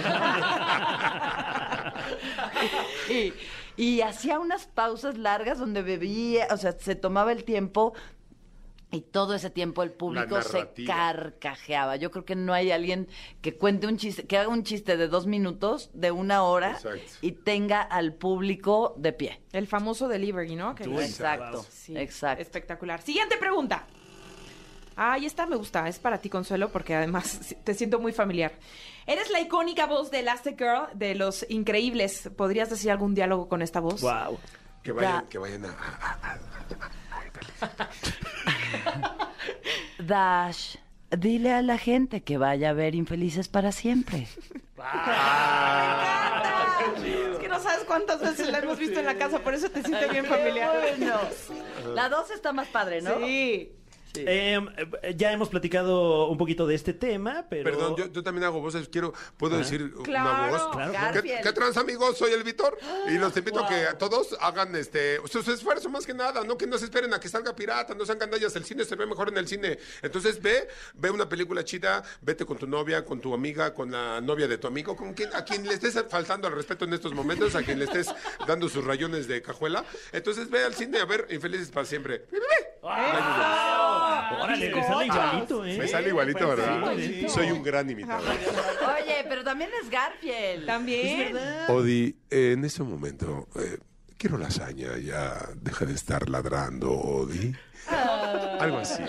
y hacía unas pausas largas donde bebía, o sea, se tomaba el tiempo y todo ese tiempo el público se narrativa. carcajeaba. Yo creo que no hay alguien que cuente un chiste, que haga un chiste de 2 minutos, de 1 hora Exacto. y tenga al público de pie. El famoso delivery, ¿no? Que Exacto, Sí, exacto. espectacular. Siguiente pregunta. Ay, esta me gusta, es para ti, Consuelo, porque además te siento muy familiar. Eres la icónica voz de Elastigirl de Los Increíbles. ¿Podrías decir algún diálogo con esta voz? Wow. Que vayan a Dash, dile a la gente que vaya a ver Infelices para siempre. Es que no sabes cuántas veces la hemos visto en la casa, por eso te siento bien familiar. Bueno, la 2 está más padre, ¿no? Sí. Ya hemos platicado un poquito de este tema, pero... Perdón, yo también hago voces. ¿Puedo decir una Claro, voz? claro. ¿Qué trans, amigos? Soy el Víctor. Y los invito a que a todos hagan su esfuerzo más que nada, ¿no? Que no se esperen a que salga pirata, no sean gandallas. El cine se ve mejor en el cine. Entonces ve una película chida, vete con tu novia, con tu amiga, con la novia de tu amigo, a quien le estés faltando al respeto en estos momentos, a quien le estés dando sus rayones de cajuela. Entonces ve al cine a ver Infelices para siempre. Órale, me sale igualito, ¿eh? Me sale igualito, ¿verdad? Sí. Soy un gran imitador. Oye, pero también es Garfield. También. Odi, en este momento, quiero lasaña, ya deja de estar ladrando, Odi. Algo así.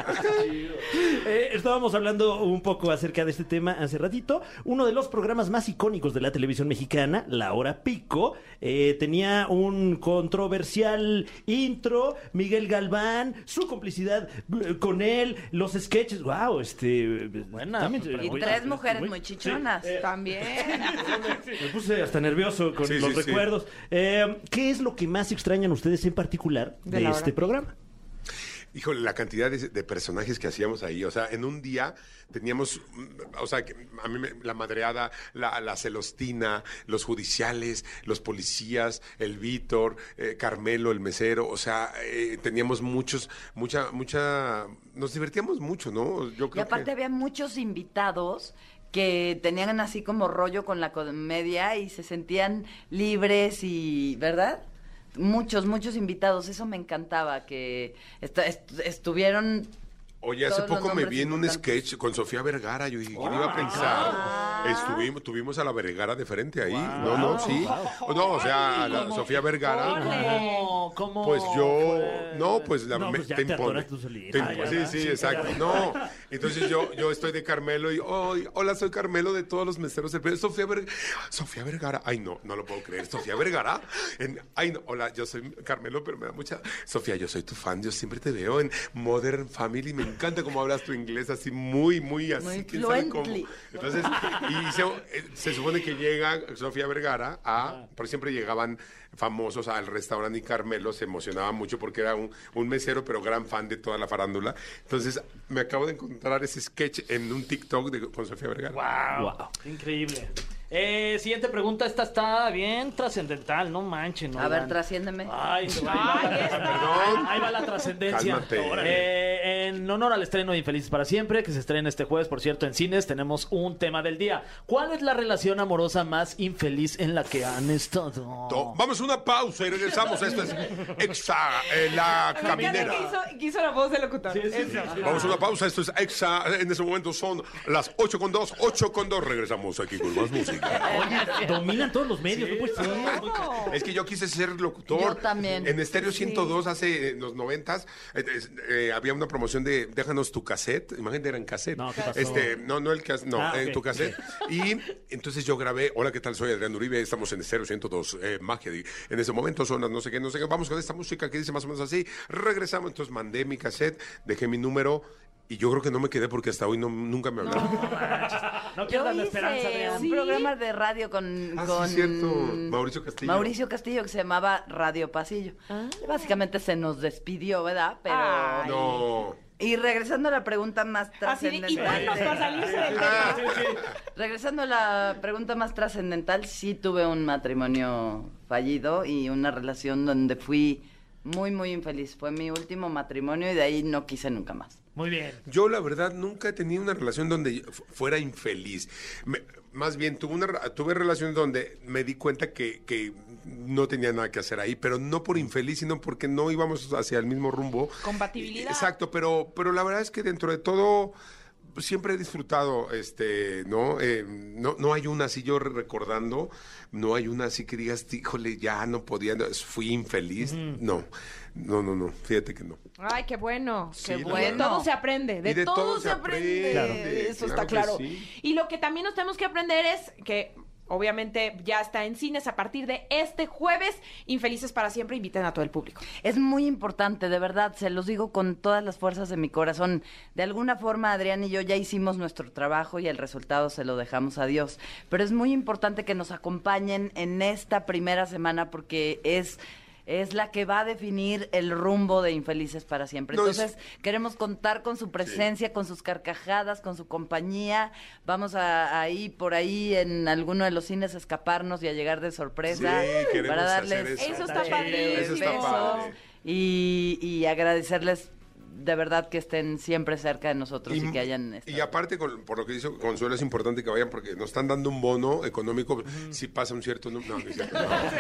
Estábamos hablando un poco acerca de este tema hace ratito. Uno de los programas más icónicos de la televisión mexicana, La Hora Pico, tenía un controversial intro. Miguel Galván, su complicidad con él, los sketches. Wow, Buena. Y 3 mujeres muy chichonas. También. Me puse hasta nervioso con Sí, los sí, sí. recuerdos. ¿Qué es lo que más extrañan ustedes en particular De de La este Hora programa? Híjole, la cantidad de personajes que hacíamos ahí. O sea, en un día teníamos, o sea, a mí la madreada, la celostina, los judiciales, los policías, el Víctor, Carmelo, el mesero. O sea, teníamos mucha, nos divertíamos mucho, ¿no? Yo Y creo aparte que... había muchos invitados que tenían así como rollo con la comedia y se sentían libres y, ¿verdad? Muchos invitados, eso me encantaba, que estuvieron... Oye, hace todos los poco me nombres vi en un importantes. sketch con Sofía Vergara. Yo dije, ¿quién iba a pensar? Tuvimos a la Vergara de frente ahí. No, sí. No, o sea, a la Sofía Vergara. ¿Cómo Pues yo, fue? no, pues pues ya te te impone. atoras tú solito. Te Ah, impone. ya, Sí, sí, exacto. ya. No, entonces yo estoy de Carmelo y, hola, soy Carmelo de todos los meseros. Sofía Vergara. Ay, no lo puedo creer. Sofía Vergara. Ay, no, hola, yo soy Carmelo, pero me da mucha... Sofía, yo soy tu fan, yo siempre te veo en Modern Family. Me encanta cómo hablas tu inglés así, muy así. Muy ¿quién sabe cómo? fluently. Entonces, se supone que llega Sofía Vergara porque siempre llegaban famosos al restaurante y Carmelo se emocionaba mucho porque era un mesero, pero gran fan de toda la farándula. Entonces, me acabo de encontrar ese sketch en un TikTok con Sofía Vergara. Wow. Increíble. Siguiente pregunta, esta está bien trascendental, no manchen. ¿no? A ver, trasciéndeme. Ay, Perdón. ahí va la trascendencia. Cálmate. en honor al estreno de Infelices para Siempre, que se estrena este jueves, por cierto, en cines, tenemos un tema del día. ¿Cuál es la relación amorosa más infeliz en la que han estado? Vamos a una pausa y regresamos. Esto es Exa, la caminera. Que hizo la voz del locutor. Vamos a una pausa. Esto es Exa. En ese momento son las 8:02. 8:02. Regresamos aquí con más música. Oye, dominan todos los medios. No puede ser. Es que yo quise ser locutor. Yo también. En Estéreo 102 hace en los 90s había una promoción de déjanos tu cassette. Imagínate, era en cassette. No, ¿qué pasó? No el cassette, no, Ok. tu cassette. Y entonces yo grabé, hola, ¿qué tal? Soy Adrián Uribe, estamos en Estéreo 102, Magia. En ese momento son las no sé qué, vamos con esta música que dice más o menos así. Regresamos, entonces mandé mi cassette, dejé mi número. Y yo creo que no me quedé porque hasta hoy nunca me hablaron. No Yo pierdas la hice esperanza, Adrián. un programa de radio con Sí, cierto. Mauricio Castillo. Mauricio Castillo, que se llamaba Radio Pasillo. Básicamente se nos despidió, ¿verdad? Pero... Ay. No. Y regresando a la pregunta más Así de, y trascendental. buenos para salirse del tema. Regresando a la pregunta más trascendental, sí tuve un matrimonio fallido y una relación donde fui muy, muy infeliz. Fue mi último matrimonio y de ahí no quise nunca más. Muy bien. Yo, la verdad, nunca he tenido una relación donde fuera infeliz. Más bien, tuve relaciones donde me di cuenta que no tenía nada que hacer ahí, pero no por infeliz, sino porque no íbamos hacia el mismo rumbo. Compatibilidad. Exacto, pero la verdad es que dentro de todo siempre he disfrutado, ¿no? No hay una así, yo recordando, no hay una así que digas, híjole, ya no podía, fui infeliz. No, fíjate que no. Ay, qué bueno. Sí, Qué la bueno. verdad. De todo se aprende. Y de todo se aprende. Claro. Eso Claro está que claro. sí. Y lo que también nos tenemos que aprender es que obviamente ya está en cines a partir de este jueves. Infelices para Siempre, inviten a todo el público. Es muy importante, de verdad, se los digo con todas las fuerzas de mi corazón. De alguna forma, Adrián y yo ya hicimos nuestro trabajo y el resultado se lo dejamos a Dios. Pero es muy importante que nos acompañen en esta primera semana porque es la que va a definir el rumbo de Infelices para Siempre. No, Entonces, queremos contar con su presencia, con sus carcajadas, con su compañía. Vamos a ir por ahí en alguno de los cines a escaparnos y a llegar de sorpresa Sí, queremos para darles hacer eso. Eso está padrísimo. Eso está padre. y agradecerles de verdad que estén siempre cerca de nosotros y que hayan estado. Y aparte, por lo que dice Consuelo, es importante que vayan porque nos están dando un bono económico si pasa un cierto número. No es cierto.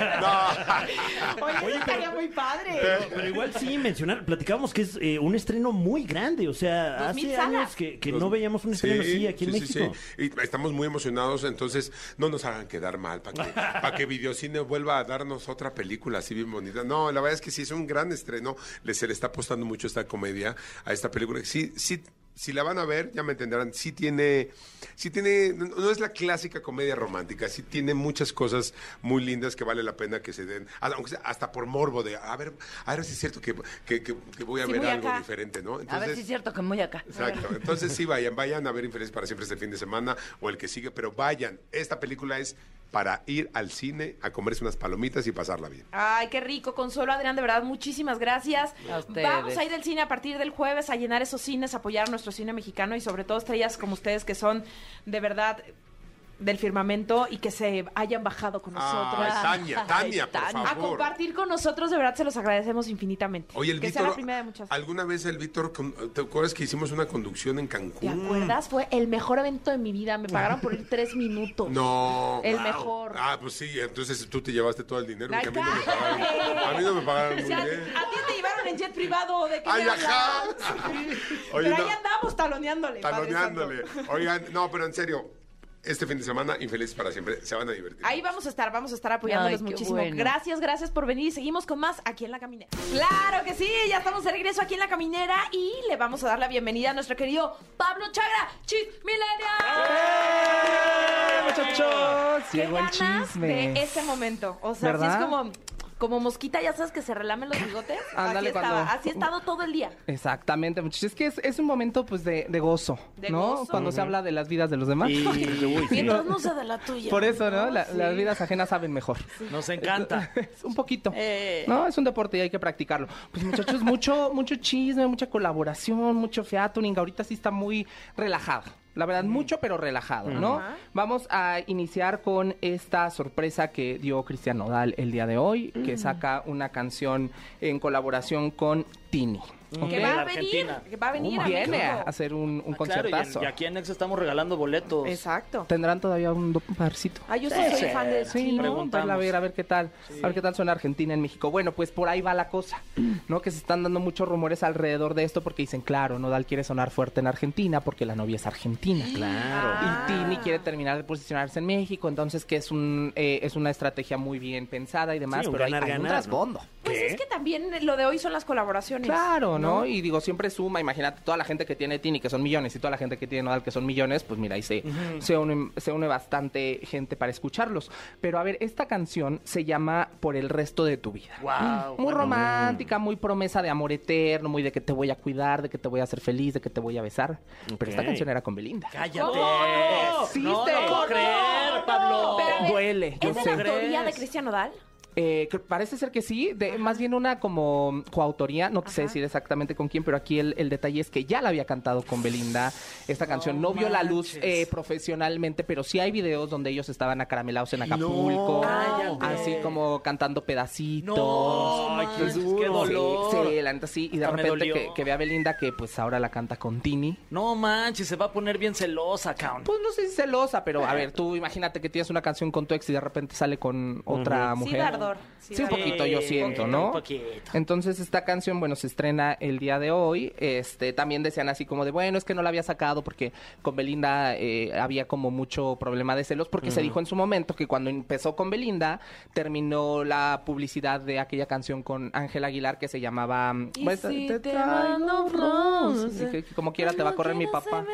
No. Oye, eso estaría muy padre. Pero igual sí mencionar, platicábamos que es un estreno muy grande, o sea, 2000 hace salas. años que no veíamos un estreno así aquí en México. Sí. Y estamos muy emocionados, entonces no nos hagan quedar mal para que Videocine vuelva a darnos otra película así bien bonita. No, la verdad es que sí es un gran estreno, se le está apostando mucho esta comedia a esta película. Sí, si la van a ver, ya me entenderán, sí tiene, no es la clásica comedia romántica, sí tiene muchas cosas muy lindas que vale la pena que se den, aunque sea hasta por morbo de, a ver si es cierto que voy a Sí, ver muy algo acá. diferente, ¿no? A ver si es cierto que muy acá. Exacto. Entonces sí, vayan a ver Infelices para Siempre este fin de semana o el que sigue, pero vayan. Esta película es para ir al cine a comerse unas palomitas y pasarla bien. Ay, qué rico, Consuelo, Adrián, de verdad, muchísimas gracias. A ustedes. Vamos a ir al cine a partir del jueves a llenar esos cines, a apoyar nuestro cine mexicano y sobre todo estrellas como ustedes que son de verdad del firmamento y que se hayan bajado con nosotros. Tania, por A favor. compartir con nosotros, de verdad se los agradecemos infinitamente. Oye, el que Víctor, sea la primera de muchas. ¿alguna vez el Víctor, te acuerdas que hicimos una conducción en Cancún? ¿Te acuerdas? Fue el mejor evento de mi vida. Me pagaron por ir 3 minutos. No. El mejor. Ah, pues sí, entonces tú te llevaste todo el dinero. Ay, Porque a mí no me pagaron. A mí no me pagaron O muy sea, bien. a ti te llevaron en jet privado. ¿De qué Ay, me ajá. hablas? Oye, Pero no. ahí andamos taloneándole. Padre Taloneándole. Santo. Oigan, no, pero en serio, este fin de semana, Infelices para Siempre, se van a divertir. Ahí vamos a estar apoyándolos Ay, qué muchísimo. bueno. Gracias por venir y seguimos con más aquí en La Caminera. Claro que sí, ya estamos de regreso aquí en La Caminera y le vamos a dar la bienvenida a nuestro querido Pablo Chagra, Muchachos, ¡Qué llegó el ganas chisme. de este momento! O sea, así ¿Verdad? es como mosquita, ya sabes que se relamen los bigotes. Ándale, cuando- Así he estado todo el día. Exactamente, muchachos. Es que es un momento pues de gozo, De ¿no? gozo. Cuando se habla de las vidas de los demás. Y, uy, sí. Mientras no sea de la tuya. Por eso, ¿no? Las Sí. vidas ajenas saben mejor. Nos encanta. Es un poquito. Eh. No, es un deporte y hay que practicarlo. Pues muchachos, mucho chisme, mucha colaboración, mucho featuring. Ahorita sí está muy relajado. La verdad, mucho pero relajado, ¿no? Ajá. Vamos a iniciar con esta sorpresa que dio Cristian Nodal el día de hoy, que saca una canción en colaboración con Tini. Que En va la a venir. Argentina. Que va a venir a Viene México. a hacer un Claro, conciertazo. y aquí en Nexa estamos regalando boletos. Exacto. ¿Tendrán todavía un parcito? Ay, yo sí soy fan de Sí, Chino. ¿no? Preguntamos. Pues a ver qué tal. A ver qué tal suena Argentina en México. Bueno, pues por ahí va la cosa, ¿no? Que se están dando muchos rumores alrededor de esto porque dicen, claro, Nodal quiere sonar fuerte en Argentina porque la novia es argentina. Claro. Y Tini quiere terminar de posicionarse en México, entonces que es una estrategia muy bien pensada y demás, Sí, un pero hay un ganar-ganar, ¿no? trasfondo. Pues es que también lo de hoy son las colaboraciones. Claro, ¿no? Y digo, siempre suma, imagínate, toda la gente que tiene Tini, que son millones, y toda la gente que tiene Nodal, que son millones, pues mira, ahí se une bastante gente para escucharlos. Pero a ver, esta canción se llama Por el resto de tu vida. Wow. Muy romántica, muy promesa de amor eterno, muy de que te voy a cuidar, de que te voy a hacer feliz, de que te voy a besar. Pero esta Ok. canción era con Belinda. ¡Cállate! ¿Cómo? Sí, no te- lo puedo creer, Pablo. Pero, Duele, yo ¿Es de sé. la autoría de ¿Crees? Cristian Nodal? Parece ser que sí, más bien una como coautoría, no te sé decir exactamente con quién, pero aquí el detalle es que ya la había cantado con Belinda. Esta canción no vio la luz manches. profesionalmente, pero sí hay videos donde ellos estaban acaramelados en Acapulco, cállate. así como cantando pedacitos. No, manches, qué dolor. Sí, la neta sí, y de Hasta me repente dolió. que ve a Belinda que pues ahora la canta con Tini. No manches, se va a poner bien celosa, cabrón. Pues no sé si celosa, pero a ver, tú imagínate que tienes una canción con tu ex y de repente sale con otra Sí, mujer. da ardor. Sí, un da poquito yo siento, ¿no? Un poquito. Entonces esta canción, bueno, se estrena el día de hoy. También decían así como de, bueno, es que no la había sacado porque con Belinda había como mucho problema de celos, porque se dijo en su momento que cuando empezó con Belinda, terminó la publicidad de aquella canción con Ángel Aguilar que se llamaba Y si te mando rosas, Y que como quiera te va a correr mi papá.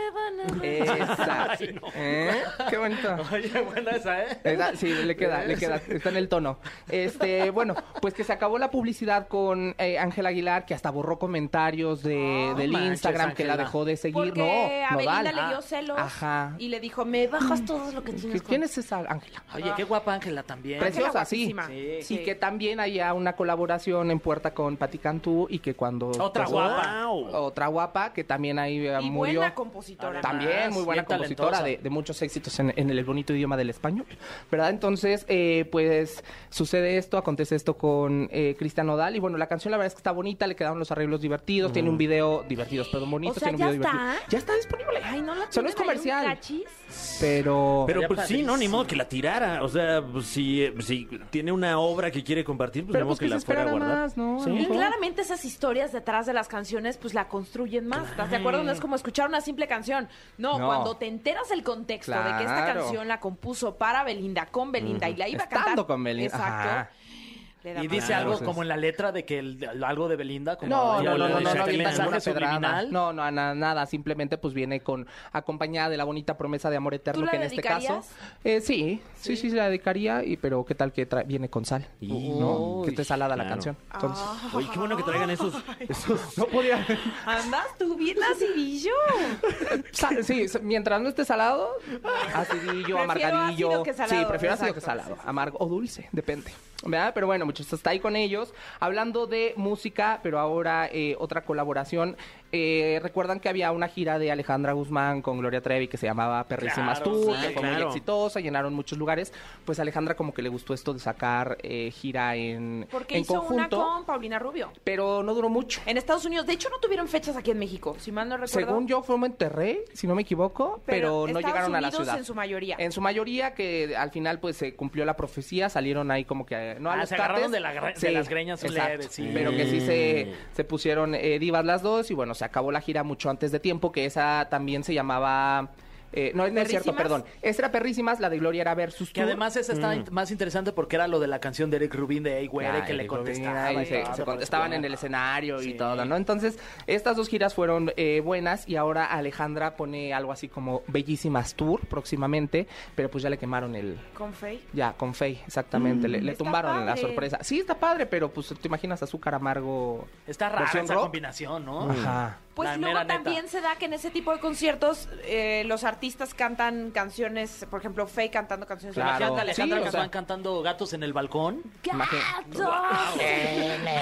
Exacto. Qué bonito. Oye, buena esa, ¿eh? Sí, le queda, está en el tono. Bueno, pues que se acabó la publicidad con Ángel Aguilar, que hasta borró comentarios del manches, Instagram, que la Ángela. dejó de seguir. Porque a No, Belinda Nodal. le dio celos Ajá. y le dijo, me bajas todo lo que tienes. ¿Quién es esa Ángela? Oye, qué guapa Ángela también. Preciosa, sí. guapísima. Sí. Y que también haya una colaboración en puerta con Pati Cantú y que cuando... Otra pasó- guapa. Otra guapa, que también ahí Y murió. buena compositora. También muy buena bien compositora talentosa. de muchos éxitos en el bonito idioma del español, ¿verdad? Entonces, pues sucede esto, acontece esto con Cristian Nodal y bueno, la canción la verdad es que está bonita, le quedaron los arreglos divertidos, tiene un video bonito, O sea, tiene un ¿ya video divertido. está? Ya está disponible. Ay, no la O sea, no es tienen ahí un comercial, cachis? pero Pero Ya pues sí, no, ni modo que la tirara. O sea, pues, si tiene una obra que quiere compartir, pues pero tenemos pues que que se la fuera a esperara guardar. más, ¿no? Sí. Y Mejor. claramente esas historias detrás de las canciones pues la construyen más. ¿Estás de acuerdo? No es como escuchar una simple canción. No, No. cuando te enteras el contexto de que esta Claro. canción la compuso para Belinda, con Belinda y la iba a Estando cantar. con Belinda. Exacto. Ajá. Le da Y más. dice Claro, algo pues. como en la letra de que algo de Belinda, como No, como no, el viene mensaje ninguna pedrada. subliminal. No, nada, simplemente pues viene acompañada de la bonita promesa de amor eterno ¿Tú la que en este caso. dedicarías? Sí, la dedicaría, pero qué tal que viene con sal, ¿no? Uy, Que esté salada la claro. canción. Entonces, Oye, qué bueno que traigan esos no podía. Andas tú bien acidillo. Sí, mientras no esté salado, acidillo, Prefiero amargadillo. ácido que salado, Sí, prefiero ácido que exacto. salado, amargo o dulce, depende. ¿Verdad? Pero bueno, muchachos, hasta ahí con ellos. Hablando de música, pero ahora otra colaboración. Recuerdan que había una gira de Alejandra Guzmán con Gloria Trevi que se llamaba Perrísimas Claro, Tú, sí, que fue muy claro. exitosa, llenaron muchos lugares. Pues a Alejandra como que le gustó esto de sacar gira en Porque en hizo conjunto, una con Paulina Rubio. pero no duró mucho. En Estados Unidos. De hecho, no tuvieron fechas aquí en México, si mal no recuerdo. Según yo fue en Monterrey, si no me equivoco, pero no Estados llegaron a la Unidos ciudad. en su mayoría. En su mayoría, que al final pues se cumplió la profecía, salieron ahí como que no a los Se agarraron cates. de las greñas exacto, leves, sí. pero que sí se pusieron divas las dos y bueno, se acabó la gira mucho antes de tiempo, que esa también se llamaba... no es cierto, ¿Perrísimas? perdón. Esa era Perrísimas, la de Gloria era Versus Que Tour. además esa está más interesante porque era lo de la canción de Eric Rubin de Ey Güere, Ah, que le Eric Rubin, contestaba. y y todo, se pero contestaban es en el escenario y Sí. todo, ¿no? Entonces, estas dos giras fueron buenas y ahora Alejandra pone algo así como Bellísimas Tour próximamente, pero pues ya le quemaron Con Faye. Ya, con Faye, exactamente. Le Está tumbaron la padre. sorpresa. Sí, está padre, pero pues te imaginas azúcar amargo. Está rara versión esa rock. combinación, ¿no? Ajá. Pues La luego mera neta. también se da que en ese tipo de conciertos los artistas cantan canciones, por ejemplo, Faye cantando canciones de Claro. Imagínate a Alejandra Sí, o que sea- van cantando gatos en el balcón. ¡Gatos! En el balcón.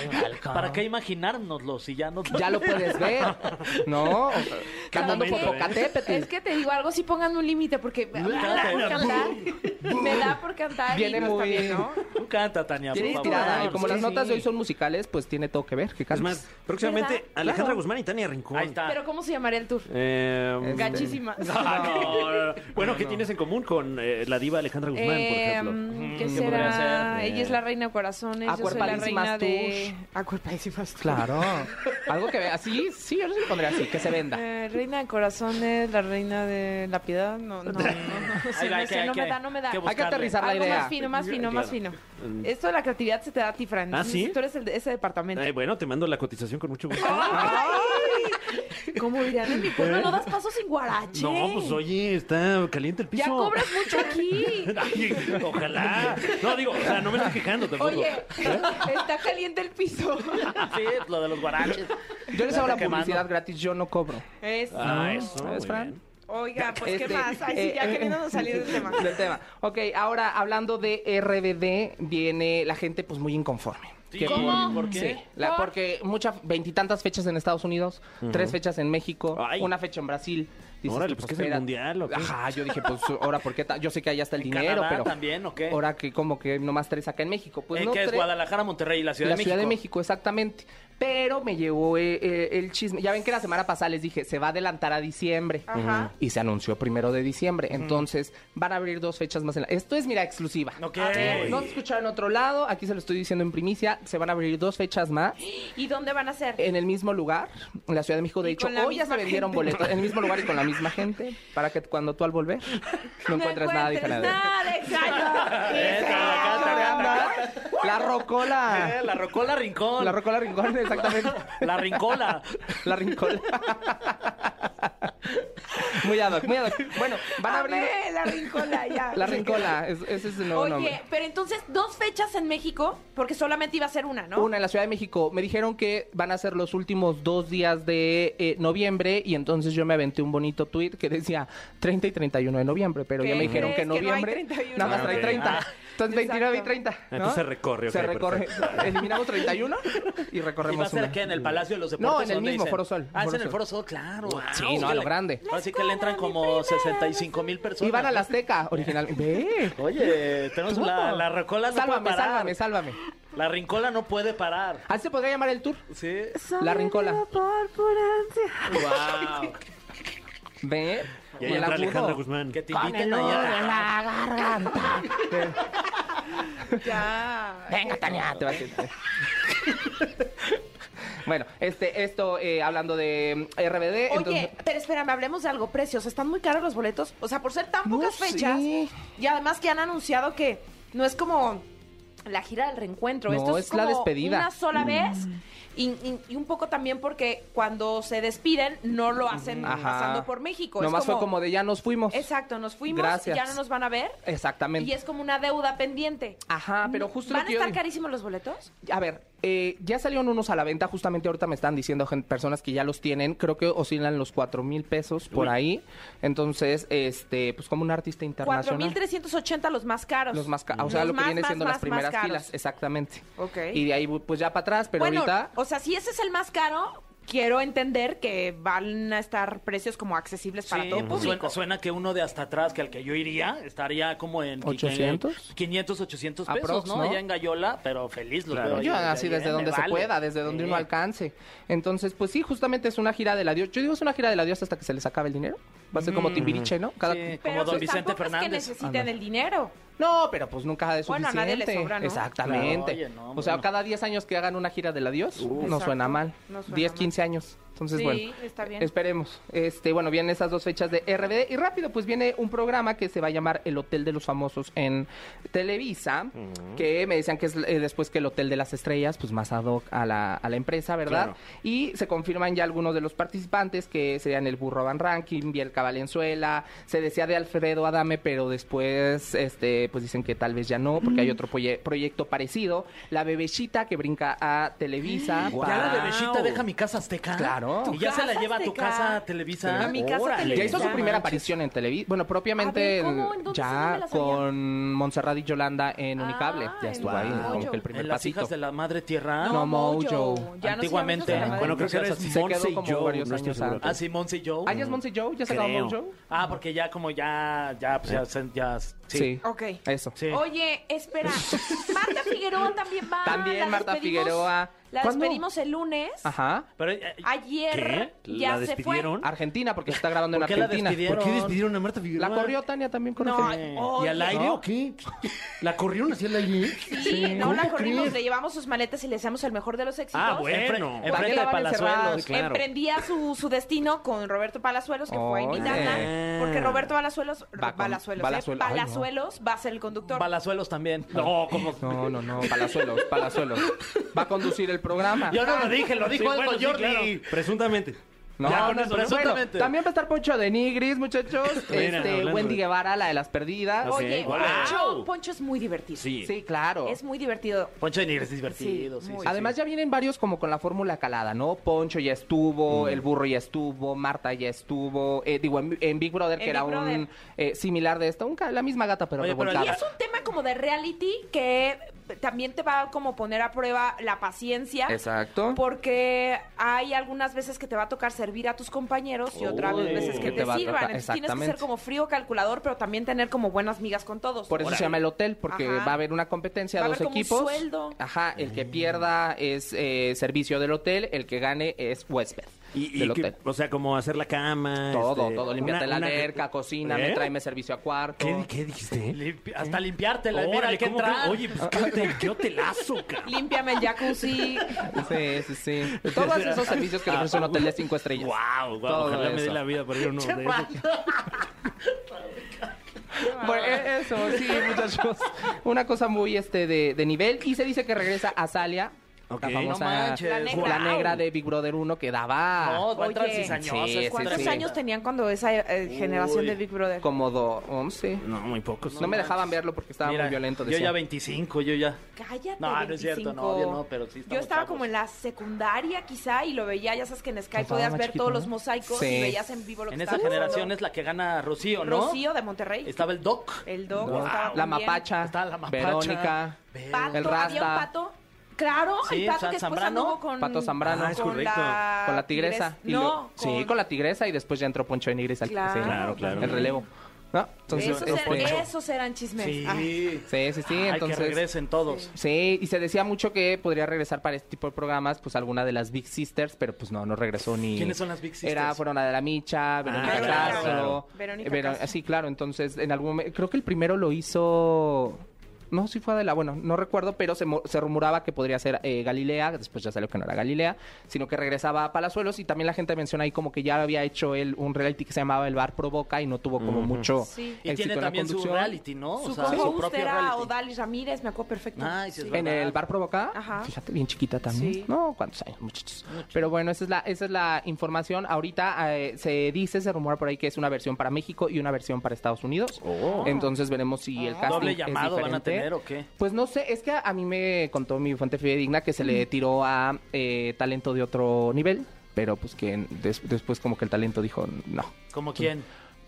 ¿Para qué imaginárnoslo si ya no... Ya lo puedes ver, ¿no? Cantando ¿Sabes por qué? Popocatépetl. Es que te digo algo, sí pongan un límite, porque me da por cantar. Me da por cantar Viene y no está muy- bien, ¿no? Tú canta, Tania, por Tiene favor. inspirada, y como Sí, las notas de sí. hoy son musicales, pues tiene todo que ver. Que Es cantes. más, próximamente ¿Verdad? Alejandra Claro. Guzmán y Tania Rincón. Ahí está. Pero ¿cómo se llamaría el tour? Gachísimas. Bueno, ¿qué tienes en común con la diva Alejandra Guzmán, por ejemplo? ¿Qué ¿qué podría será? ser? Ella es la reina de corazones, yo soy la Acuerpadísimas reina de... Acuerpadísimas tours. Claro. Algo que vea así, sí, yo sí lo pondría así, que se venda. Reina de corazones, la reina de la piedad, no, sí, Ahí va, no hay sé, que- no hay que- me da, no me da. que Hay que buscarle. aterrizar la Algo idea. más fino, más fino, más fino. Mm. Esto de la creatividad se te da a ti, Fran. ¿Ah, sí? Tú eres el de ese departamento. Bueno, te mando la cotización con mucho gusto. ¿Cómo dirían en mi pueblo? No das pasos sin guarache. No, pues oye, está caliente el piso. Ya cobras mucho aquí. Ay, ojalá. No, digo, o sea, no me estoy quejando tampoco. Oye, está caliente el piso. Sí, lo de los guaraches. Yo les hago la Está quemando. publicidad gratis, yo no cobro. Es. Ah, eso. ¿Sabes, muy Fran? bien. Oiga, pues qué Este, más. Ay, sí, ya queriéndonos salir del tema. Del tema. Ok, ahora hablando de RBD, viene la gente pues muy inconforme. Sí, Que ¿Cómo? ¿Por qué? Sí, ¿Por? porque veintitantas fechas en Estados Unidos, 3 fechas en México, Ay. una fecha en Brasil. Dices Órale, tú, pues, ¿qué es el espera. mundial o qué? Ajá, yo dije, pues, ahora, ¿por qué? Yo sé que allá está el ¿En dinero, Canadá pero... también o qué? Ahora que como que nomás 3 acá en México. Pues no ¿Qué es 3, Guadalajara, Monterrey y la Ciudad la de México? Ciudad de México, exactamente. Pero me llegó el chisme. Ya ven que la semana pasada les dije, se va a adelantar a diciembre. Ajá. Y se anunció 1 de diciembre. Entonces, van a abrir 2 fechas más. Esto es, mira, exclusiva. Ok. No se escucharon en otro lado. Aquí se lo estoy diciendo en primicia. Se van a abrir 2 fechas más. ¿Y dónde van a ser? En el mismo lugar, en la Ciudad de México. De Y hecho, con la hoy ya se misma vendieron gente. boletos. En el mismo lugar y con la misma gente. Para que cuando tú al volver no encuentres nada diferente. Nada extraño. La rocola. La Rocola Rincón. La rocola rincón, exactamente. La Rincola. La rincola. Muy ad hoc, muy ad hoc. Bueno, van a abrir Amé, la rincola, ya. la rincola. Ese es el nuevo Oye, nombre. pero entonces 2 fechas en México, porque solamente iba a ser una, ¿no? Una en la Ciudad de México. Me dijeron que van a ser los últimos 2 días de noviembre y entonces yo me aventé un bonito tweet que decía 30 y 31 de noviembre, pero ¿Qué ya me dijeron que crees? Que no hay noviembre 31. nada más trae Ok. 30. Entonces 29 y Exacto. 30. ¿no? Entonces se recorre, Se ok, recorre. perfecto. Eliminamos 31 y ¿Y va a recorremos ser una. aquí en el Palacio de los Deportes? No, en el ¿dónde mismo dicen? Foro Sol. Ah, es Foro en el Sol. Foro Sol, claro. Sí, Wow, no, a que lo le- grande. Así que le entran como 65,000 personas. Iban a la ¿no? Azteca originalmente. Ve. Oye, tenemos la Rocola no Sálvame, puede parar. sálvame, sálvame. La Rincola no puede parar. Así se podría llamar el tour. Sí. La rincola. Wow. Ve. Y ahí el entra agudo. Alejandra Guzmán. Que te Con inviten el nudo allá. en la garganta. Ya. Venga, Tania, te va a decir. Bueno, esto hablando de RBD. Oye, entonces, pero espérame, hablemos de algo. Precios, ¿están muy caros los boletos? O sea, por ser tan No pocas fechas. sé. Y además que han anunciado que no es como la gira del reencuentro. No, Esto es es la como despedida. una sola vez. Y un poco también porque cuando se despiden no lo hacen Ajá. pasando por México. nomás es fue como de ya nos fuimos. Exacto, nos fuimos, Gracias. ya no nos van a ver. Exactamente. Y es como una deuda pendiente. Ajá, pero justo ¿Van lo a que yo estar digo. carísimos los boletos? A ver, ya salieron unos a la venta. Justamente ahorita me están diciendo personas que ya los tienen. Creo que oscilan los 4,000 pesos por ahí. Entonces, pues como un artista internacional. 4,380 los más caros. Los más o sea, Los lo que más, viene más, siendo más, las primeras más caros. filas. Exactamente. Ok. Y de ahí, pues ya para atrás, pero bueno, ahorita... o sea, si ese es el más caro, quiero entender que van a estar precios como accesibles para Sí, todo pues público. suena que uno de hasta atrás, que al que yo iría, estaría como en 800. 500, 800 pesos, Aprox, ¿no? ¿no? Allá en Gallola, pero feliz los veo. Yo ahí, así ahí, desde me donde se vale. pueda, desde donde Sí. uno alcance. Entonces, pues sí, justamente es una gira del adiós. Yo digo es una gira del adiós hasta que se les acabe el dinero. Va a ser como Timbiriche, ¿no? Cada... Sí, Pero como Don pues Vicente tampoco es que Fernández. necesiten el dinero. No, pero pues nunca es Bueno, a suficiente. nadie le sobra, ¿no? Exactamente. Claro, oye, no, o sea, bueno. cada 10 años que hagan una gira del adiós, no Exacto, suena mal. no suena 10, mal. 15 años. Entonces, Sí, bueno, está bien. esperemos. Bueno, vienen esas 2 fechas de RBD y rápido pues viene un programa que se va a llamar El Hotel de los Famosos en Televisa, que me decían que es después que el Hotel de las Estrellas, pues más ad hoc a la empresa, ¿verdad? Claro. Y se confirman ya algunos de los participantes que serían el Burro Van Ranking, Bielka Valenzuela, se decía de Alfredo Adame, pero después pues dicen que tal vez ya no, porque hay otro proyecto parecido, la Bebechita que brinca a Televisa. ¿Ya la bebecita deja mi casa azteca? Claro. ¿no? Y ya se la Casa lleva a tu Azteca. casa Televisa. A mi casa Órale. Televisa. Ya hizo su primera aparición en Televisa. Bueno, propiamente A ver, ¿cómo? ¿En dónde? Sí, no me ya la sabía. con Montserrat y Yolanda en Unicable. Ah, Ya estuvo en ahí, Mojo. como que el primer En las pasito. hijas de la madre tierra. No, Mojo. Ya no se llama Antiguamente. Hijos de la Madre Bueno, creo que ahora es Se quedó Monse y como Joe, varios no estoy años seguro. antes. Ah, sí, Monse y Joe. ¿Ah, ya es Monse Joe? ¿Ya se acabó Creo. Mojo? Ah, porque ya como ya Sí. Ok. Eso. Sí. Oye, espera. Marta Figueroa también va. También La Marta despedimos- Figueroa. La ¿Cuándo? despedimos el lunes. Ajá. Pero Ayer ¿Qué? ya ¿La se despidieron? Argentina, porque se está grabando en ¿Por qué la Argentina. despidieron? ¿Por qué despidieron a Marta Figueroa? La corrió Tania también con No, Argentina. ¿Y al aire ¿no? o qué? ¿La corrieron hacia el aire? Sí, no la ¿Cómo corrimos, crees? le llevamos sus maletas y le deseamos el mejor de los éxitos. Ah, bueno. Enfrente ¿Para qué de la van a encerrar? Palazuelos. Claro. Emprendía su destino con Roberto Palazuelos, que fue a Oye. invitarla. Porque Roberto Palazuelos, Va con- Palazuelos, Balazuelo. Ay, no. Palazuelos va a ser el conductor. Palazuelos también. No, como... No, Palazuelos. Va a conducir el programa. Yo no lo dije, lo dijo Sí, el bueno, sí, Jordi. claro. Presuntamente. No, Ya con no, eso, bueno, presuntamente. también va a estar Poncho de Nigris, muchachos. Mira, hablando Wendy de- Guevara, la de las perdidas. Ok, Oye, wow. Poncho es muy divertido. Sí. Sí, claro. Es muy divertido. Poncho de Nigris es divertido. Sí, Sí, muy. sí, Además ya vienen varios como con la fórmula calada, ¿no? Poncho ya estuvo, el burro ya estuvo, Marta ya estuvo, en Big Brother, En que era Big un similar de esto, la misma gata pero Oye, pero revolcada. Y es un tema como de reality que también te va a como poner a prueba la paciencia. Exacto. Porque hay algunas veces que te va a tocar servir a tus compañeros y otras Uy. veces que Que te te va a sirvan. tocar, Entonces tienes que ser exactamente. como frío calculador, pero también tener como buenas migas con todos. Por eso se llama el hotel, porque Ajá. va a haber una competencia, Va a dos haber como un equipos. sueldo. Ajá, el que pierda es servicio del hotel, el que gane es huésped Y del que- hotel. o sea, como hacer la cama. Todo, límpiate la una- alberca, cocíname, ¿Eh? tráeme servicio a cuarto. ¿Qué dijiste? Hasta limpiártela. Mira, Órale, hay que ¿cómo entrar. que- Oye, pues qué hotelazo, cabrón. Límpiame el jacuzzi. Sí. Todos esos servicios que le ofrece un hotel de 5 estrellas. Wow, Todo ojalá me dé eso. la vida para ir a uno de esos. Bueno, eso, sí, muchachos. Una cosa muy de nivel. Y se dice que regresa a Salia. Ok. La famosa No manches. La negra. la negra de Big Brother 1 que daba No, va a entrar Oye. cizañosa. Sí, sí, ¿Cuántos sí. años tenían cuando esa generación de Big Brother? como 11. No, muy pocos. No me dejaban verlo porque estaba Mira, muy violento. Yo decía. ya 25, yo ya. Cállate, No, no es cierto, no, 25. yo no, pero sí estamos Yo estaba chavos. como en la secundaria quizá y lo veía, ya sabes que en Sky Estaba podías más ver chiquito, todos ¿no? los mosaicos Sí. y veías en vivo lo que En esa estaba generación pasando. es la que gana Rocío, ¿no? Rocío de Monterrey. Estaba el Doc. El Dog No, estaba la también. Mapacha, Estaba la Mapacha. Verónica, Pato, el había Rasta. un pato. Claro, Sí, el pato o sea, que después Zambrano. anduvo con... Pato Zambrano. Ah, es correcto. con la tigresa. Y No, sí, con la tigresa y después ya entró Poncho de Nigris al Claro, sí, claro. el relevo. ¿No? Entonces, Esos eran chismes. Sí. Ay, sí, Ay, entonces que regresen todos. sí, y se decía mucho que podría regresar para este tipo de programas, pues alguna de las Big Sisters, pero pues no regresó ni. ¿Quiénes son las Big Sisters? Fueron la de la Micha, Verónica claro, Castro. claro. Verónica Castro. Sí, claro, entonces en algún momento, creo que el primero lo hizo. No, sí fue Adela, bueno, no recuerdo, pero se rumoraba que podría ser Galilea, después ya salió que no era Galilea, sino que regresaba a Palazuelos y también la gente menciona ahí como que ya había hecho él un reality que se llamaba El Bar Provoca y no tuvo como mucho Sí. Y éxito tiene en la también su conducción. reality, ¿no? Su O sea, co-host propio era reality. Odalis Ramírez, me acuerdo perfecto. Ay, sí, es En verdad. el Bar Provoca, Ajá. fíjate, bien chiquita también. Sí. No, ¿cuántos años, muchachos? Pero bueno, esa es la información. Ahorita se rumora por ahí que es una versión para México y una versión para Estados Unidos. Entonces veremos si el casting ¿Doble es llamado van a diferente. tener o qué? Pues no sé, es que a mí me contó mi fuente fidedigna que se le tiró a talento de otro nivel, pero pues que después como que el talento dijo no. ¿Como quién?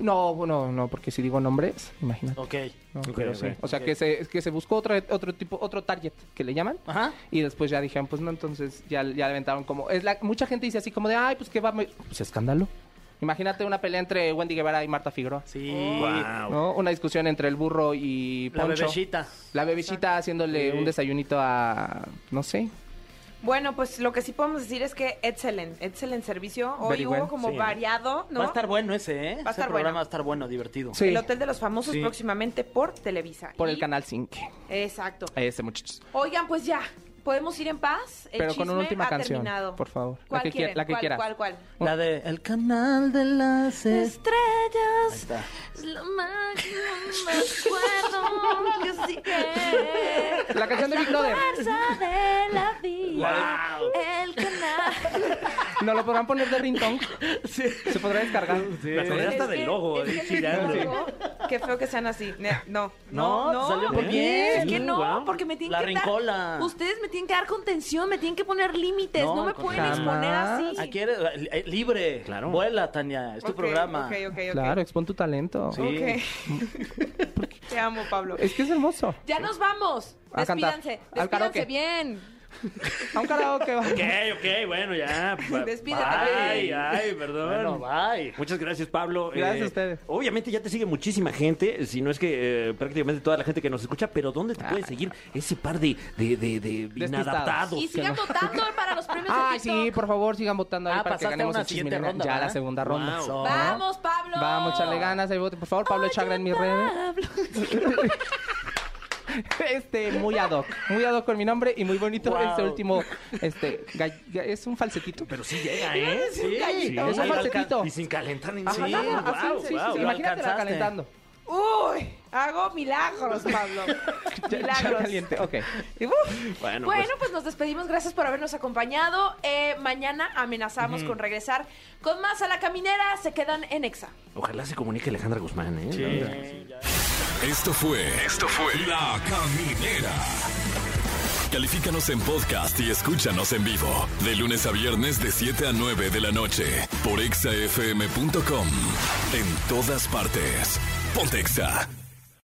No, porque si digo nombres, imagínate. Ok. No, Ok, pero ok. sí. O sea, Ok. que se buscó otro target que le llaman. Ajá. Y después ya dijeron, pues no, entonces ya le aventaron como... mucha gente dice así como de, ay, pues qué va... Pues escándalo. Imagínate una pelea entre Wendy Guevara y Marta Figueroa. Sí. Wow. ¿No? Una discusión entre el burro y La Poncho. bebecita. La bebecita haciéndole Sí. un desayunito a... no sé. Bueno, pues lo que sí podemos decir es que excelente servicio. Hoy Very hubo well. como Sí. variado, ¿no? Va a estar bueno ese, ¿eh? Va a Ese estar programa bueno. va a estar bueno, divertido. Sí. El Hotel de los Famosos Sí. próximamente por Televisa. Por Y- el Canal 5. Exacto. Ese, muchachos. Oigan, pues ya, podemos ir en paz. El Pero con chisme una última ha canción, terminado. por favor. ¿Cuál quieren? La que quieras. ¿Cuál? La de El canal de las Estrellas. está. Es lo máximo, me acuerdo que sí que La canción de Big Brother. fuerza de la vida. Wow. El canal. No lo podrán poner de ringtone. Sí. Se podrá descargar. Me acordé hasta del logo. Es ahí que girando. luego, qué feo que sean así. No, No, te salió muy bien. Es que no, Guau. porque me tienen La que rincola. ustedes me tienen que dar contención, me tienen que poner límites, no me pueden jamás. exponer así. Aquí eres libre. Claro. Vuela, Tania. Es tu Ok, programa. ok. Claro, expon tu talento. Sí. Ok. Te amo, Pablo. Es que es hermoso. Ya nos vamos. A cantar. Despídanse. Al karaoke. Despídanse bien. A un karaoke. va. Ok, bueno, ya. Despídete. Ay, perdón. Bueno, bye. Muchas gracias, Pablo. Gracias a ustedes. Obviamente ya te sigue muchísima gente, si no es que prácticamente toda la gente que nos escucha, pero ¿dónde te puede seguir ese par de inadaptados? Y sigan votando para los premios Ay, de TikTok. sí, por favor, sigan votando ahí para que pasaste a ganemos una el siguiente Chismilena. ronda, Ya ¿verdad? la segunda ronda. Wow. So, Vamos, Pablo. Vamos, echarle ganas, ahí vote. Por favor, Pablo Chagra en mis redes. Pablo. Muy ad hoc con mi nombre y muy bonito Wow. este último, es un falsetito. Pero sí llega, ¿eh? Sí, Sí, es un falsetito. Y sin calentar ni Ajá, nada. nada, así, Wow, sí, sí, wow. sí, Lo imagínate alcanzaste. calentando. Uy, hago milagros, Pablo. Ya Milagros. caliente, ok. Bueno, Bueno, pues nos despedimos. Gracias por habernos acompañado. Mañana amenazamos con regresar con más a La Caminera. Se quedan en Exa. ojalá se comunique Alejandra Guzmán, ¿eh? Esto fue La Caminera. Califícanos en podcast y escúchanos en vivo de lunes a viernes de 7 a 9 de la noche por exafm.com. En todas partes. Ponte Exa.